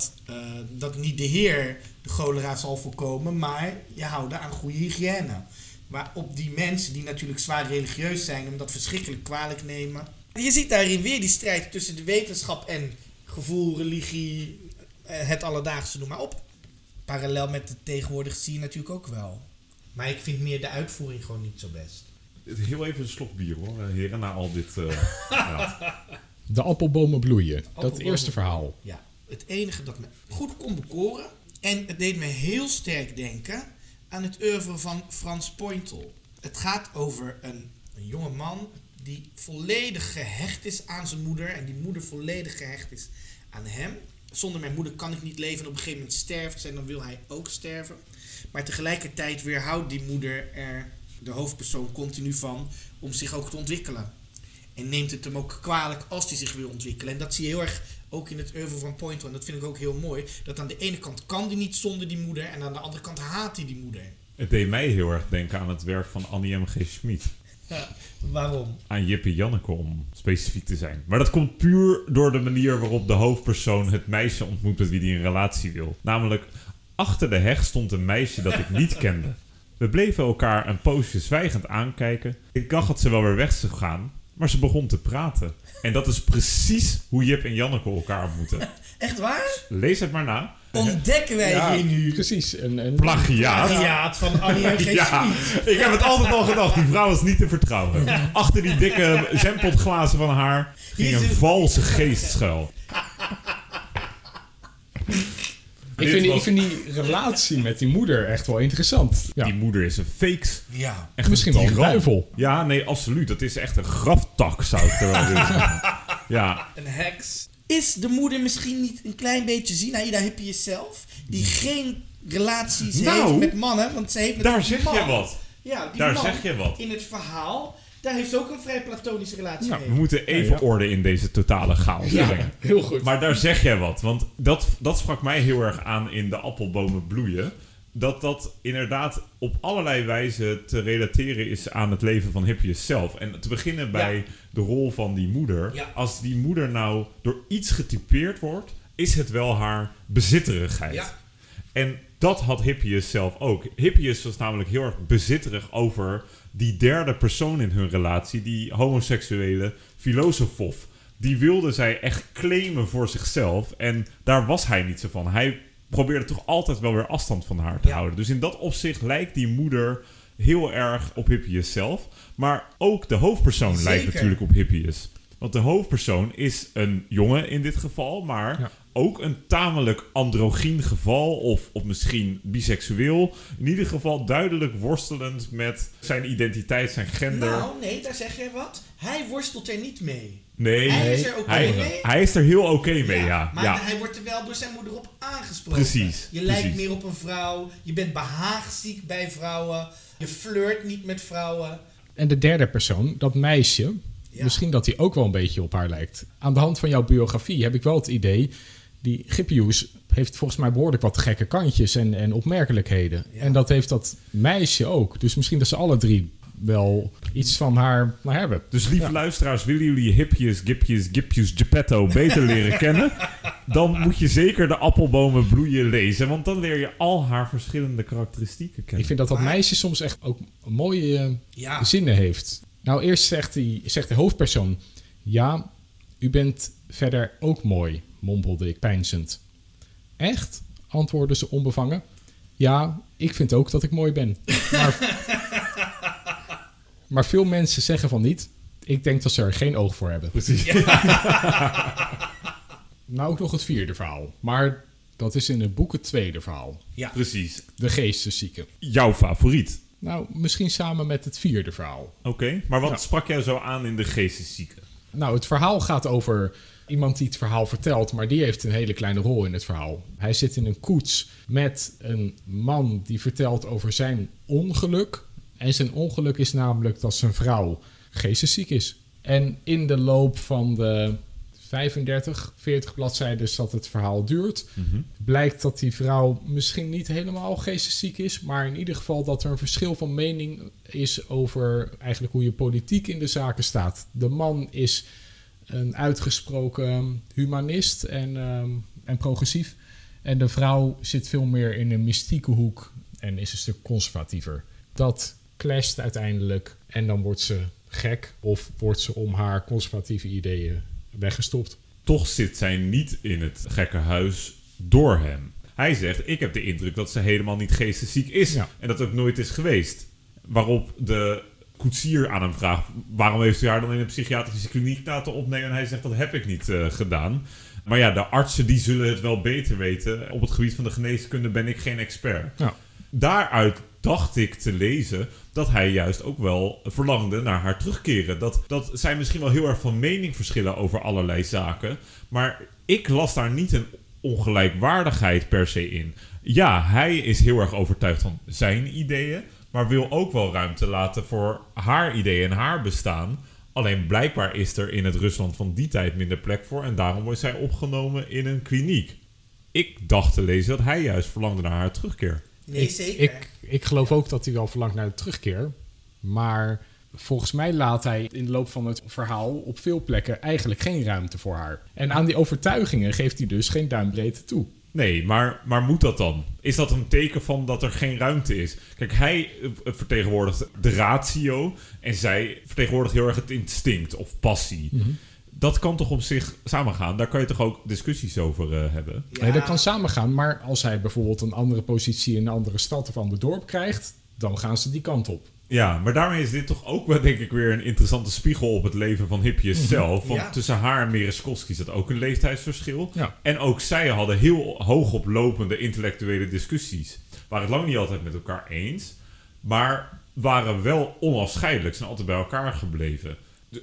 dat niet de Heer de cholera zal voorkomen, maar je houden aan goede hygiëne. Maar op die mensen die natuurlijk zwaar religieus zijn, hem dat verschrikkelijk kwalijk nemen. Je ziet daarin weer die strijd tussen de wetenschap en gevoel, religie, het alledaagse, noem maar op. Parallel met het tegenwoordig zie je natuurlijk ook wel. Maar ik vind meer de uitvoering gewoon niet zo best. Heel even een slok bier hoor, heren, na al dit... ja. De appelbomen bloeien. Dat eerste verhaal. Ja, het enige dat me goed kon bekoren. En het deed me heel sterk denken aan het oeuvre van Frans Pointel. Het gaat over een jonge man die volledig gehecht is aan zijn moeder. En die moeder volledig gehecht is aan hem. Zonder mijn moeder kan ik niet leven. En op een gegeven moment sterft ze en dan wil hij ook sterven. Maar tegelijkertijd weerhoudt die moeder er de hoofdpersoon continu van om zich ook te ontwikkelen. En neemt het hem ook kwalijk als hij zich wil ontwikkelen. En dat zie je heel erg ook in het oeuvre van Pointel. En dat vind ik ook heel mooi. Dat aan de ene kant kan hij niet zonder die moeder. En aan de andere kant haat hij die moeder. Het deed mij heel erg denken aan het werk van Annie M.G. Schmid. Ja, waarom? Aan Jip en Janneke, om specifiek te zijn. Maar dat komt puur door de manier waarop de hoofdpersoon het meisje ontmoet met wie hij een relatie wil. Namelijk, achter de heg stond een meisje dat ik niet kende. We bleven elkaar een poosje zwijgend aankijken. Ik dacht dat ze wel weer weg zou gaan, maar ze begon te praten. En dat is precies hoe Jip en Janneke elkaar ontmoeten. Echt waar? Lees het maar na. Ontdekken wij hier nu Precies. Een Plagiaat van Annie M.G. Ja, ik heb het altijd al gedacht. Die vrouw is niet te vertrouwen. Achter die dikke zempotglazen van haar ging een valse geest schuil. Ik vind die relatie met die moeder echt wel interessant. Ja. Die moeder is een fakes. Ja. Echt Misschien wel een tiran. duivel. Ja, nee, absoluut. Dat is echt een graftak, zou ik er wel willen zeggen. Ja. Een heks. Is de moeder misschien niet een klein beetje Zinaïda Hippius zelf? Die geen relaties heeft met mannen. Want ze heeft Daar natuurlijk zeg een je man. wat. Ja, die Daar man zeg je wat. in het verhaal, daar heeft ook een vrij platonische relatie mee. We moeten even orde in deze totale chaos brengen. Heel goed. Maar daar zeg jij wat. Want dat sprak mij heel erg aan in de appelbomen bloeien. Dat inderdaad op allerlei wijzen te relateren is aan het leven van Hippius zelf. En te beginnen bij de rol van die moeder. Ja. Als die moeder nou door iets getypeerd wordt, is het wel haar bezitterigheid. Ja. En dat had Hippius zelf ook. Hippius was namelijk heel erg bezitterig over die derde persoon in hun relatie, die homoseksuele filosofof. Die wilde zij echt claimen voor zichzelf. En daar was hij niet zo van. Hij probeerde toch altijd wel weer afstand van haar te houden. Dus in dat opzicht lijkt die moeder heel erg op Hippius zelf. Maar ook de hoofdpersoon lijkt natuurlijk op Hippius. Want de hoofdpersoon is een jongen in dit geval, maar ook een tamelijk androgyn geval. Of misschien biseksueel. In ieder geval duidelijk worstelend met zijn identiteit, zijn gender. Nou, nee, daar zeg jij wat. Hij worstelt er niet mee. Nee, hij is er mee. Hij is er heel oké mee, ja. Maar hij wordt er wel door zijn moeder op aangesproken. Precies. Je lijkt meer op een vrouw. Je bent behaagziek bij vrouwen. Je flirt niet met vrouwen. En de derde persoon, dat meisje, misschien dat hij ook wel een beetje op haar lijkt. Aan de hand van jouw biografie heb ik wel het idee, die Hippius heeft volgens mij behoorlijk wat gekke kantjes en opmerkelijkheden. Ja. En dat heeft dat meisje ook. Dus misschien dat ze alle drie wel iets van haar hebben. Dus lieve luisteraars, willen jullie Hippius, Gippius, Geppetto beter leren kennen? Dan moet je zeker de appelbomen bloeien lezen. Want dan leer je al haar verschillende karakteristieken kennen. Ik vind dat meisje soms echt ook mooie zinnen heeft. Nou, eerst zegt de hoofdpersoon, ja, u bent verder ook mooi, mompelde ik peinzend. Echt? Antwoordde ze onbevangen. Ja, ik vind ook dat ik mooi ben. Maar veel mensen zeggen van niet. Ik denk dat ze er geen oog voor hebben. Precies. Nou, ook nog het vierde verhaal. Maar dat is in het boek het tweede verhaal. Ja, precies. De geesteszieke. Jouw favoriet? Nou, misschien samen met het vierde verhaal. Oké, maar wat sprak jij zo aan in de geesteszieke? Nou, het verhaal gaat over iemand die het verhaal vertelt, maar die heeft een hele kleine rol in het verhaal. Hij zit in een koets met een man die vertelt over zijn ongeluk. En zijn ongeluk is namelijk dat zijn vrouw geestesziek is. En in de loop van de 35, 40 bladzijden dat het verhaal duurt, blijkt dat die vrouw misschien niet helemaal geestesziek is, maar in ieder geval dat er een verschil van mening is over eigenlijk hoe je politiek in de zaken staat. De man is een uitgesproken humanist en progressief. En de vrouw zit veel meer in een mystieke hoek en is een stuk conservatiever. Dat clasht uiteindelijk en dan wordt ze gek of wordt ze om haar conservatieve ideeën weggestopt. Toch zit zij niet in het gekkenhuis door hem. Hij zegt, ik heb de indruk dat ze helemaal niet geestesziek is. Ja. En dat het ook nooit is geweest. Waarop de koetsier aan hem vraagt, waarom heeft u haar dan in een psychiatrische kliniek laten opnemen? En hij zegt, dat heb ik niet gedaan. Maar ja, de artsen die zullen het wel beter weten. Op het gebied van de geneeskunde ben ik geen expert. Ja. Daaruit dacht ik te lezen dat hij juist ook wel verlangde naar haar terugkeren. Dat zij misschien wel heel erg van mening verschillen over allerlei zaken. Maar ik las daar niet een ongelijkwaardigheid per se in. Ja, hij is heel erg overtuigd van zijn ideeën, maar wil ook wel ruimte laten voor haar ideeën en haar bestaan. Alleen blijkbaar is er in het Rusland van die tijd minder plek voor en daarom wordt zij opgenomen in een kliniek. Ik dacht te lezen dat hij juist verlangde naar haar terugkeer. Nee, zeker. Ik geloof ook dat hij wel verlangt naar de terugkeer. Maar volgens mij laat hij in de loop van het verhaal op veel plekken eigenlijk geen ruimte voor haar. En aan die overtuigingen geeft hij dus geen duimbreedte toe. Nee, maar moet dat dan? Is dat een teken van dat er geen ruimte is? Kijk, hij vertegenwoordigt de ratio en zij vertegenwoordigt heel erg het instinct of passie. Mm-hmm. Dat kan toch op zich samengaan? Daar kan je toch ook discussies over hebben? Ja. Nee, dat kan samengaan, maar als hij bijvoorbeeld een andere positie in een andere stad of ander dorp krijgt, dan gaan ze die kant op. Ja, maar daarmee is dit toch ook wel, denk ik, weer een interessante spiegel op het leven van Hippias zelf. Want tussen haar en Merezkovsky zat ook een leeftijdsverschil. Ja. En ook zij hadden heel hogoplopende intellectuele discussies. Waren het lang niet altijd met elkaar eens, maar waren wel onafscheidelijk. Zijn altijd bij elkaar gebleven.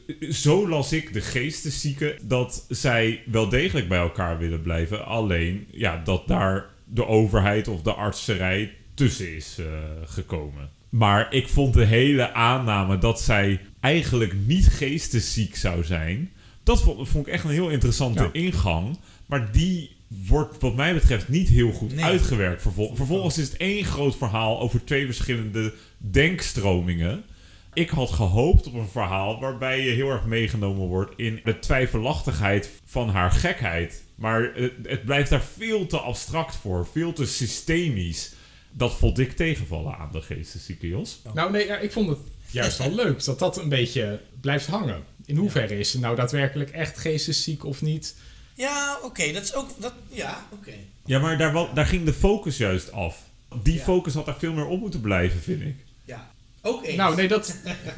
Zo las ik de geesteszieken dat zij wel degelijk bij elkaar willen blijven. Alleen ja, dat daar de overheid of de artserij tussen is gekomen. Maar ik vond de hele aanname dat zij eigenlijk niet geestesziek zou zijn, dat vond ik echt een heel interessante ingang. Maar die wordt wat mij betreft niet heel goed uitgewerkt. Vervolgens is het één groot verhaal over twee verschillende denkstromingen. Ik had gehoopt op een verhaal waarbij je heel erg meegenomen wordt in de twijfelachtigheid van haar gekheid. Maar het blijft daar veel te abstract voor, veel te systemisch. Dat vond ik tegenvallen aan de geesteszieke, Jos. Nou nee, ik vond het juist wel leuk dat een beetje blijft hangen. In hoeverre is ze nou daadwerkelijk echt geestesziek of niet? Ja, oké, dat is ook... oké. Ja, maar daar ging de focus juist af. Die focus had daar veel meer op moeten blijven, vind ik. Ja, ook eens. Nou nee, dat...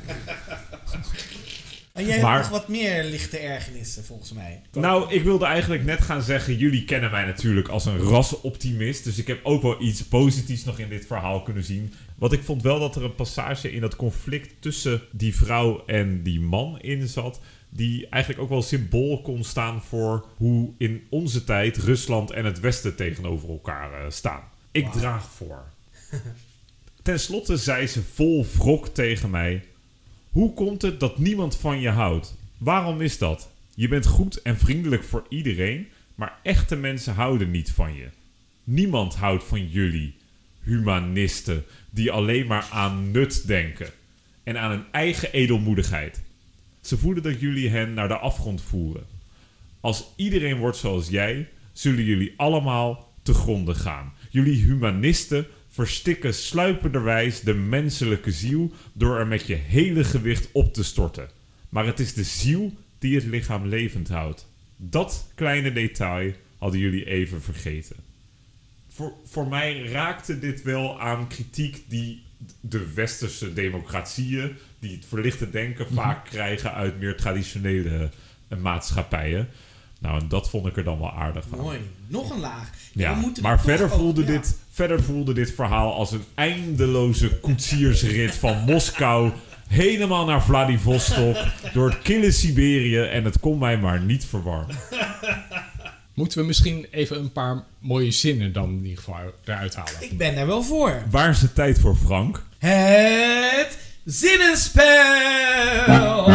En jij hebt nog wat meer lichte ergernissen, volgens mij. Nou, ik wilde eigenlijk net gaan zeggen, jullie kennen mij natuurlijk als een rasoptimist. Dus ik heb ook wel iets positiefs nog in dit verhaal kunnen zien. Want ik vond wel dat er een passage in dat conflict tussen die vrouw en die man in zat, die eigenlijk ook wel symbool kon staan voor hoe in onze tijd Rusland en het Westen tegenover elkaar staan. Ik draag voor. Ten slotte zei ze vol wrok tegen mij: hoe komt het dat niemand van je houdt? Waarom is dat? Je bent goed en vriendelijk voor iedereen, maar echte mensen houden niet van je. Niemand houdt van jullie, humanisten, die alleen maar aan nut denken en aan hun eigen edelmoedigheid. Ze voelen dat jullie hen naar de afgrond voeren. Als iedereen wordt zoals jij, zullen jullie allemaal te gronde gaan. Jullie humanisten verstikken sluipenderwijs de menselijke ziel door er met je hele gewicht op te storten. Maar het is de ziel die het lichaam levend houdt. Dat kleine detail hadden jullie even vergeten. Voor mij raakte dit wel aan kritiek die de westerse democratieën, die het verlichte denken vaak krijgen uit meer traditionele maatschappijen. Nou, en dat vond ik er dan wel aardig van. Mooi. Nog een laag. Ja, maar verder voelde dit verhaal als een eindeloze koetsiersrit van Moskou helemaal naar Vladivostok, door het kille Siberië en het kon mij maar niet verwarmen. Moeten we misschien even een paar mooie zinnen dan in ieder geval eruit halen? Ik ben daar wel voor. Waar is de tijd voor, Frank? Het zinnenspel!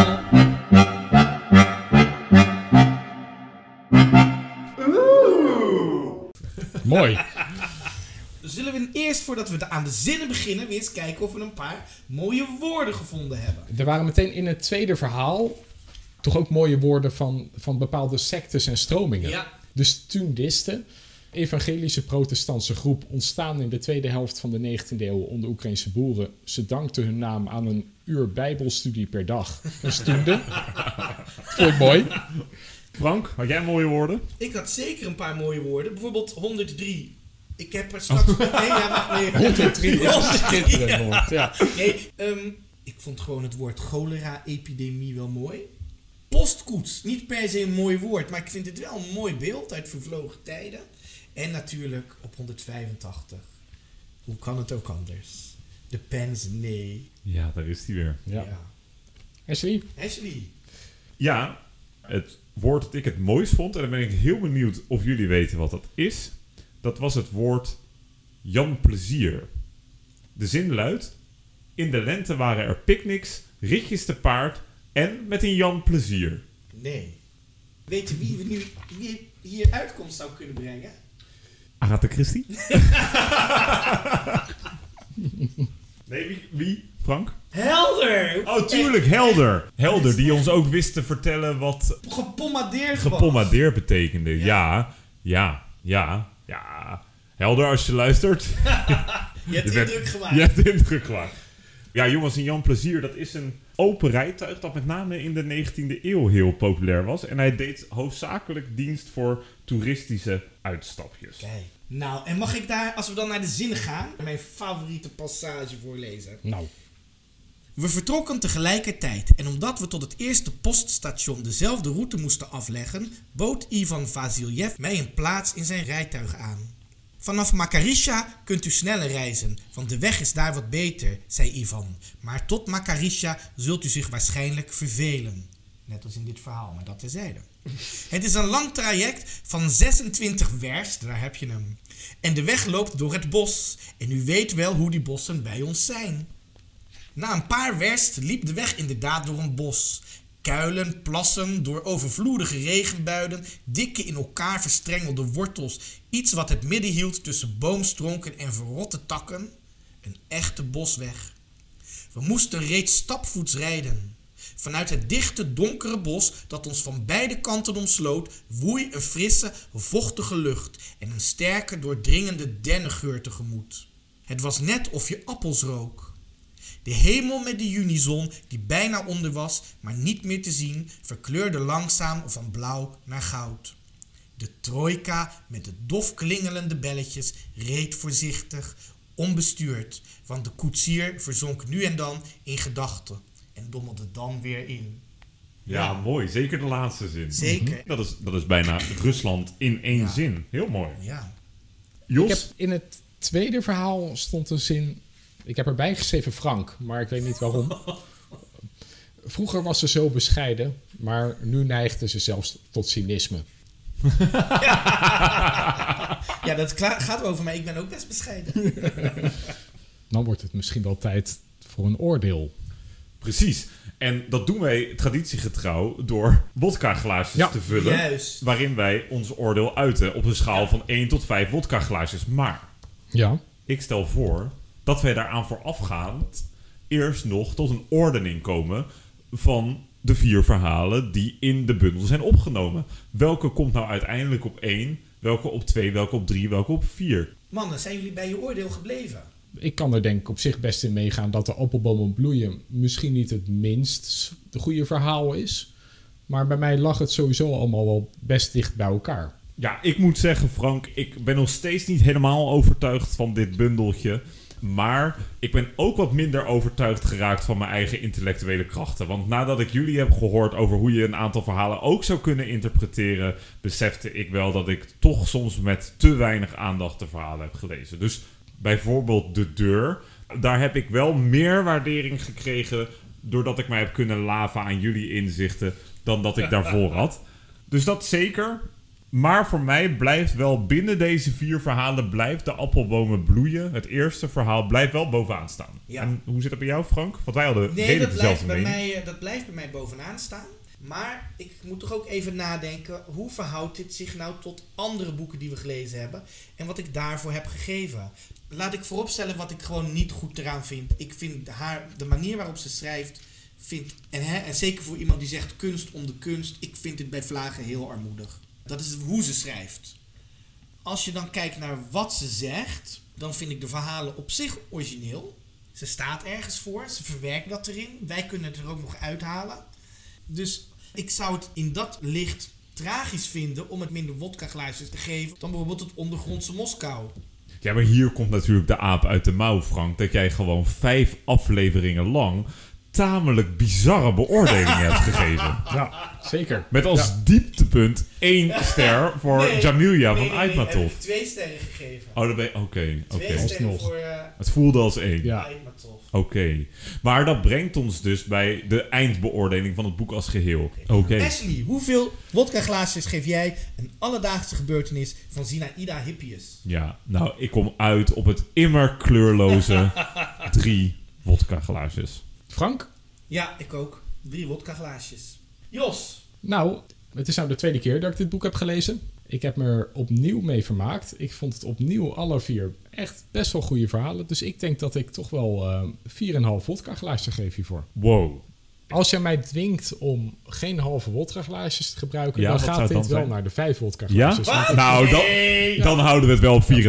Mooi. Zullen we eerst, voordat we aan de zinnen beginnen, weer eens kijken of we een paar mooie woorden gevonden hebben. Er waren meteen in het tweede verhaal toch ook mooie woorden van bepaalde sectes en stromingen. Ja. De Stundisten, evangelische protestantse groep, ontstaan in de tweede helft van de 19e eeuw onder Oekraïnse boeren. Ze dankten hun naam aan een uur bijbelstudie per dag. Een stunde. Vond ik mooi. Frank, had jij mooie woorden? Ik had zeker een paar mooie woorden. Bijvoorbeeld 103. Ik heb er straks... Nee, ja, wacht, nee. 103 is een schitterend woord. Ja. Nee, ik vond gewoon het woord cholera-epidemie wel mooi. Postkoets, niet per se een mooi woord, maar ik vind het wel een mooi beeld uit vervlogen tijden. En natuurlijk op 185. Hoe kan het ook anders? De pens, nee. Ja, daar is hij weer. Ja. Ashley? Ashley. Ja, het woord dat ik het mooist vond, en dan ben ik heel benieuwd of jullie weten wat dat is. Dat was het woord Jan Plezier. De zin luidt: in de lente waren er picknicks, ritjes te paard en met een Jan Plezier. Nee. Weet je wie hier uitkomst zou kunnen brengen? Agatha Christie? Nee, wie? Frank? Helder! Oh, tuurlijk, Helder. Helder, die ons ook wist te vertellen wat Gepommadeerd was. gepommadeerd betekende. Ja. Helder, als je luistert. Je hebt indruk gemaakt. Je hebt indruk gemaakt. Ja, jongens, een Jan Plezier, dat is een open rijtuig dat met name in de 19e eeuw heel populair was. En hij deed hoofdzakelijk dienst voor toeristische uitstapjes. Kijk. Nou, en mag ik daar, als we dan naar de zinnen gaan, mijn favoriete passage voorlezen? Nou. We vertrokken tegelijkertijd en omdat we tot het eerste poststation dezelfde route moesten afleggen, bood Ivan Vasiljev mij een plaats in zijn rijtuig aan. Vanaf Makarisha kunt u sneller reizen, want de weg is daar wat beter, zei Ivan. Maar tot Makarisha zult u zich waarschijnlijk vervelen. Net als in dit verhaal, maar dat terzijde. Het is een lang traject van 26 werst, daar heb je hem. En de weg loopt door het bos. En u weet wel hoe die bossen bij ons zijn. Na een paar werst liep de weg inderdaad door een bos. Kuilen, plassen, door overvloedige regenbuien, dikke in elkaar verstrengelde wortels, iets wat het midden hield tussen boomstronken en verrotte takken. Een echte bosweg. We moesten reeds stapvoets rijden. Vanuit het dichte, donkere bos dat ons van beide kanten omsloot, woei een frisse, vochtige lucht en een sterke, doordringende dennengeur tegemoet. Het was net of je appels rook. De hemel met de junizon, die bijna onder was, maar niet meer te zien, verkleurde langzaam van blauw naar goud. De trojka met de dof klingelende belletjes reed voorzichtig, onbestuurd, want de koetsier verzonk nu en dan in gedachten en dommelde dan weer in. Ja, mooi. Zeker de laatste zin. Zeker. Dat is bijna Rusland in één zin. Heel mooi. Ja. Jos? In het tweede verhaal stond een zin. Ik heb erbij geschreven Frank, maar ik weet niet waarom. Vroeger was ze zo bescheiden, maar nu neigde ze zelfs tot cynisme. Ja, dat gaat over mij. Ik ben ook best bescheiden. Dan wordt het misschien wel tijd voor een oordeel. Precies. En dat doen wij traditiegetrouw door wodka-glaasjes te vullen. Juist. Waarin wij ons oordeel uiten op een schaal van 1 tot 5 wodka-glaasjes. Maar ik stel voor dat wij daaraan voorafgaand eerst nog tot een ordening komen van de 4 verhalen die in de bundel zijn opgenomen. Welke komt nou uiteindelijk op 1, welke op 2, welke op 3, welke op 4? Mannen, zijn jullie bij je oordeel gebleven? Ik kan er denk ik op zich best in meegaan dat de appelbomen bloeien misschien niet het minst de goede verhaal is. Maar bij mij lag het sowieso allemaal wel best dicht bij elkaar. Ja, ik moet zeggen, Frank, ik ben nog steeds niet helemaal overtuigd van dit bundeltje. Maar ik ben ook wat minder overtuigd geraakt van mijn eigen intellectuele krachten. Want nadat ik jullie heb gehoord over hoe je een aantal verhalen ook zou kunnen interpreteren, besefte ik wel dat ik toch soms met te weinig aandacht de verhalen heb gelezen. Dus bijvoorbeeld De Deur, daar heb ik wel meer waardering gekregen doordat ik mij heb kunnen laven aan jullie inzichten dan dat ik daarvoor had. Dus dat zeker. Maar voor mij blijft wel binnen deze 4 verhalen blijft de appelbomen bloeien. Het eerste verhaal blijft wel bovenaan staan. Ja. En hoe zit het bij jou, Frank? Want wij hadden redelijk dezelfde mening. Dat blijft bij mij bovenaan staan. Maar ik moet toch ook even nadenken, hoe verhoudt dit zich nou tot andere boeken die we gelezen hebben en wat ik daarvoor heb gegeven? Laat ik vooropstellen wat ik gewoon niet goed eraan vind. Ik vind de manier waarop ze schrijft, en zeker voor iemand die zegt kunst om de kunst, ik vind dit bij vlagen heel armoedig. Dat is hoe ze schrijft. Als je dan kijkt naar wat ze zegt, dan vind ik de verhalen op zich origineel. Ze staat ergens voor, ze verwerkt dat erin. Wij kunnen het er ook nog uithalen. Dus ik zou het in dat licht tragisch vinden om het minder wodkaglaasjes te geven dan bijvoorbeeld het ondergrondse Moskou. Ja, maar hier komt natuurlijk de aap uit de mouw, Frank. Dat jij gewoon 5 afleveringen lang tamelijk bizarre beoordelingen hebt gegeven. Ja, zeker. Met als dieptepunt 1 ster voor Jamilia van Aitmatov. Ik heb 2 sterren gegeven. Oh, dat ben je... Oké. 2 sterren voor Het voelde als 1. Ja. Aitmatov. Oké. Maar dat brengt ons dus bij de eindbeoordeling van het boek als geheel. Oké. Ashley, hoeveel wodkaglaasjes geef jij een alledaagse gebeurtenis van Zinaida Hippius? Ja, nou, ik kom uit op het immer kleurloze 3 wodkaglaasjes. Frank? Ja, ik ook. 3 wodkaglaasjes. Jos? Nou, het is nou de 2e keer dat ik dit boek heb gelezen. Ik heb me er opnieuw mee vermaakt. Ik vond het opnieuw alle 4 echt best wel goede verhalen. Dus ik denk dat ik toch wel 4,5 wodkaglaasjes geef hiervoor. Wow. Als je mij dwingt om geen halve wodkaglaasjes te gebruiken, Ja, dan wat zou gaat het dan dit wel zijn? naar de 5 Ja? wodkaglaasjes. Wat? Nou, Nee. dan houden we het wel op 4,5.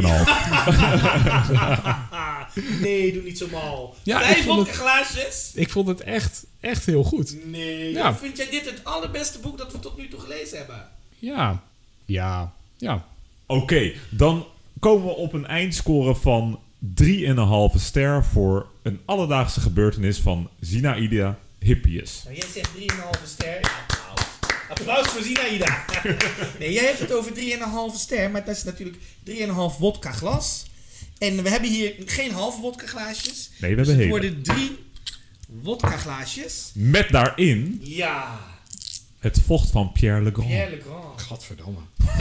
Nee, doe niet zo mal. Ja, 5 wodkaglaasjes? Ik vond het echt heel goed. Nee. Ja. Vind jij dit het allerbeste boek dat we tot nu toe gelezen hebben? Ja. Oké, dan komen we op een eindscore van 3,5 ster voor een alledaagse gebeurtenis van Zinaida Hippius. Nou, jij zegt 3,5 ster. Applaus. Applaus voor Zinaida. Nee, jij hebt het over 3,5 ster, maar dat is natuurlijk 3,5 wodka glas. En we hebben hier geen halve wodka glaasjes. Nee, we dus hebben het hele. worden 3 wodka glaasjes. Met daarin Ja. het vocht van Pierre Le Grand. Pierre Le Grand. Gadverdamme.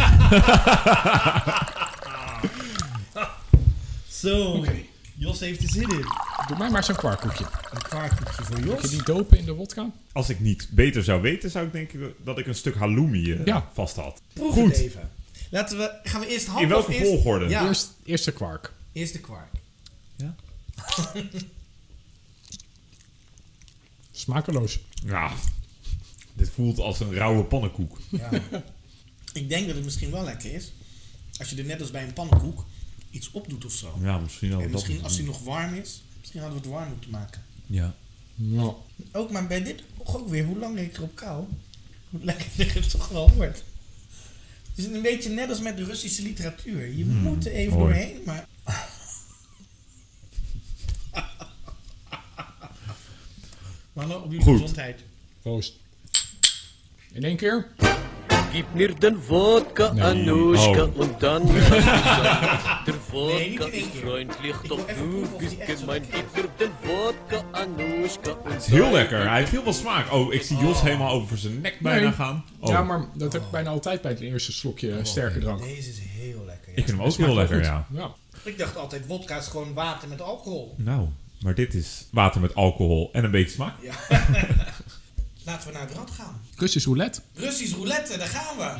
Zo. Oké. Jos heeft er zin in. Doe mij maar zo'n kwarkkoekje. Een kwartkoekje voor Kun je Jos. die dopen in de wodka? Als ik niet beter zou weten, zou ik denken dat ik een stuk halloumi vast had. Proef Goed. het even. Gaan we eerst hand In welke of eerst... volgorde? Ja, Eerst de kwark. eerst de kwark. Ja? Smakeloos. Ja, dit voelt als een rauwe pannenkoek. Ja. Ik denk dat het misschien wel lekker is. Als je er net als bij een pannenkoek iets op doet of zo. Ja, misschien hadden En we dat misschien als moeten die nog warm is. Misschien hadden we het warm moeten maken. doen. Ja. Ja. Ook maar bij dit ook weer, hoe langer ik erop kou, hoe lekkerder het toch wel wordt. Het is een beetje net als met de Russische literatuur. Je moet er even mooi. doorheen, maar... Mannen, op jullie Goed. gezondheid. Proost. In 1 keer. Gib mir den Wodka, Nee. Anuschka, Oh. und dann der Nee, niet Wodka in één ist keer. freundlich, Ik doch wil even du proeven of bist die echt zo gemein. lekker Gib mir den Wodka, Anuschka, und Het is heel lekker. Hij heeft heel veel smaak. Oh, ik zie Jos helemaal over zijn nek bijna Nee. gaan. Oh, Ja, maar dat heb ik bijna altijd bij het eerste slokje sterke drank. Deze is heel lekker. ja. ik vind hem ook Dat smaakt heel wel lekker, goed. ja. Ik dacht altijd, wodka is gewoon water met alcohol. Nou, maar dit is water met alcohol en een beetje smaak. Ja. Laten we naar het rad gaan. Russisch roulette. Russisch roulette, daar gaan we.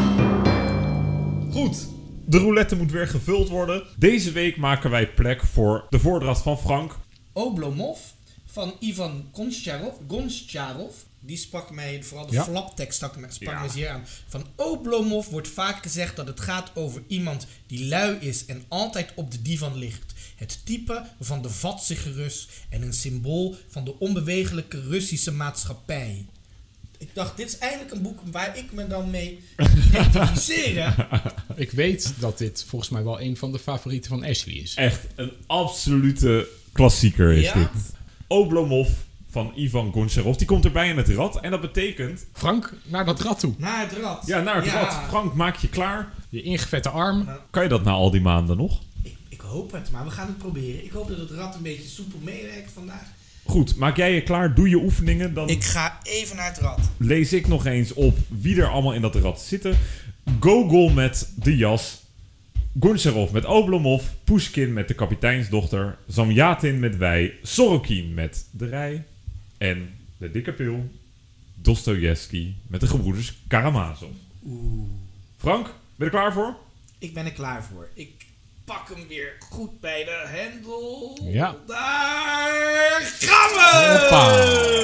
Goed. De roulette moet weer gevuld worden. Deze week maken wij plek voor de voordracht van Frank. Oblomov van Ivan Goncharov. Die sprak mij, vooral de Ja. flaptekst sprak me Ja. zeer aan. Van Oblomov wordt vaak gezegd dat het gaat over iemand die lui is en altijd op de divan ligt. Het type van de vatsige Rus en een symbool van de onbewegelijke Russische maatschappij. Ik dacht, dit is eindelijk een boek waar ik me dan mee identificeer. Ik weet dat dit volgens mij wel een van de favorieten van Ashley is. Echt een absolute klassieker is Ja? dit. Oblomov van Ivan Goncharov. Die komt erbij in het rad. En dat betekent... Frank, naar dat rad toe. Naar het rad. Ja, naar het rad. Frank, maak je klaar. Je ingevette arm. Kan je dat na al die maanden nog? Ik hoop het, maar we gaan het proberen. Ik hoop dat het rad een beetje soepel meewerkt vandaag. Goed, maak jij je klaar? Doe je oefeningen. Dan Ik ga even naar het rad. lees ik nog eens op wie er allemaal in dat rad zitten. Gogol met de jas. Goncharov met Oblomov. Pushkin met de kapiteinsdochter. Zamyatin met wij. Sorokin met de rij. En de dikke pil. Dostojevski met de gebroeders Karamazov. Frank, ben je er klaar voor? Ik ben er klaar voor. Ik pak hem weer goed bij de hendel. Ja. Daar gaan we! Hoppa.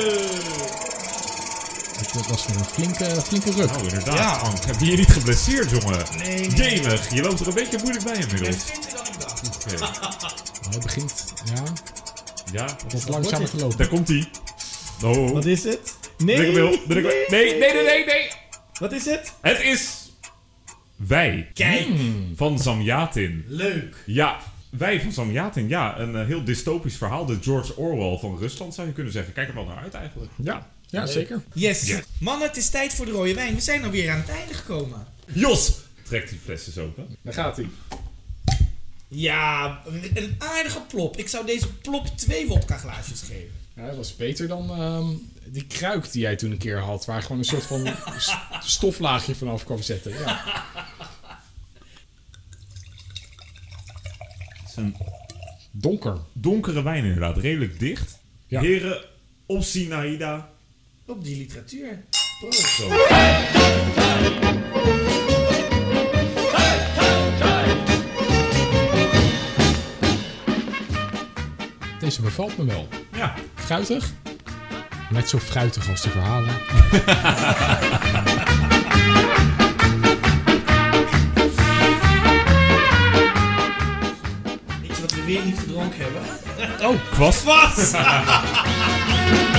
Dat was weer een flinke ruk. Nou, inderdaad, Ja. Frank. Heb je je niet geblesseerd, jongen? Nee. Jemig, je loopt er een beetje moeilijk bij Ik ben inmiddels. fitter dan ik dacht. Oké. Hij begint, ja, Ja, het wordt langzamer gelopen. daar komt hij. Oh. Wat is het? Dikke pil. Nee. Wat is het? Het is wij Kijk. van Zamyatin. Leuk. Ja, wij van Zamyatin. Ja, een heel dystopisch verhaal. De George Orwell van Rusland zou je kunnen zeggen. Kijk er wel naar uit eigenlijk. Ja, zeker. Yes. Yes. Mannen, het is tijd voor de rode wijn. We zijn alweer aan het einde gekomen. Jos, trek die fles eens open. Daar gaat hij. Ja, een aardige plop. Ik zou deze plop 2 wodka glaasjes geven. Ja, dat was beter dan die kruik die jij toen een keer had. Waar gewoon een soort van stoflaagje vanaf kwam zetten. Ja. Het is een Donker. donkere wijn inderdaad. Redelijk dicht. Ja. Heren, op Sinaïda. Op die literatuur. Proost. Zo. Deze bevalt me wel. Ja. Fruitig. Net zo fruitig als de verhalen. Weet je wat we weer niet gedronken hebben? Kwast. Was!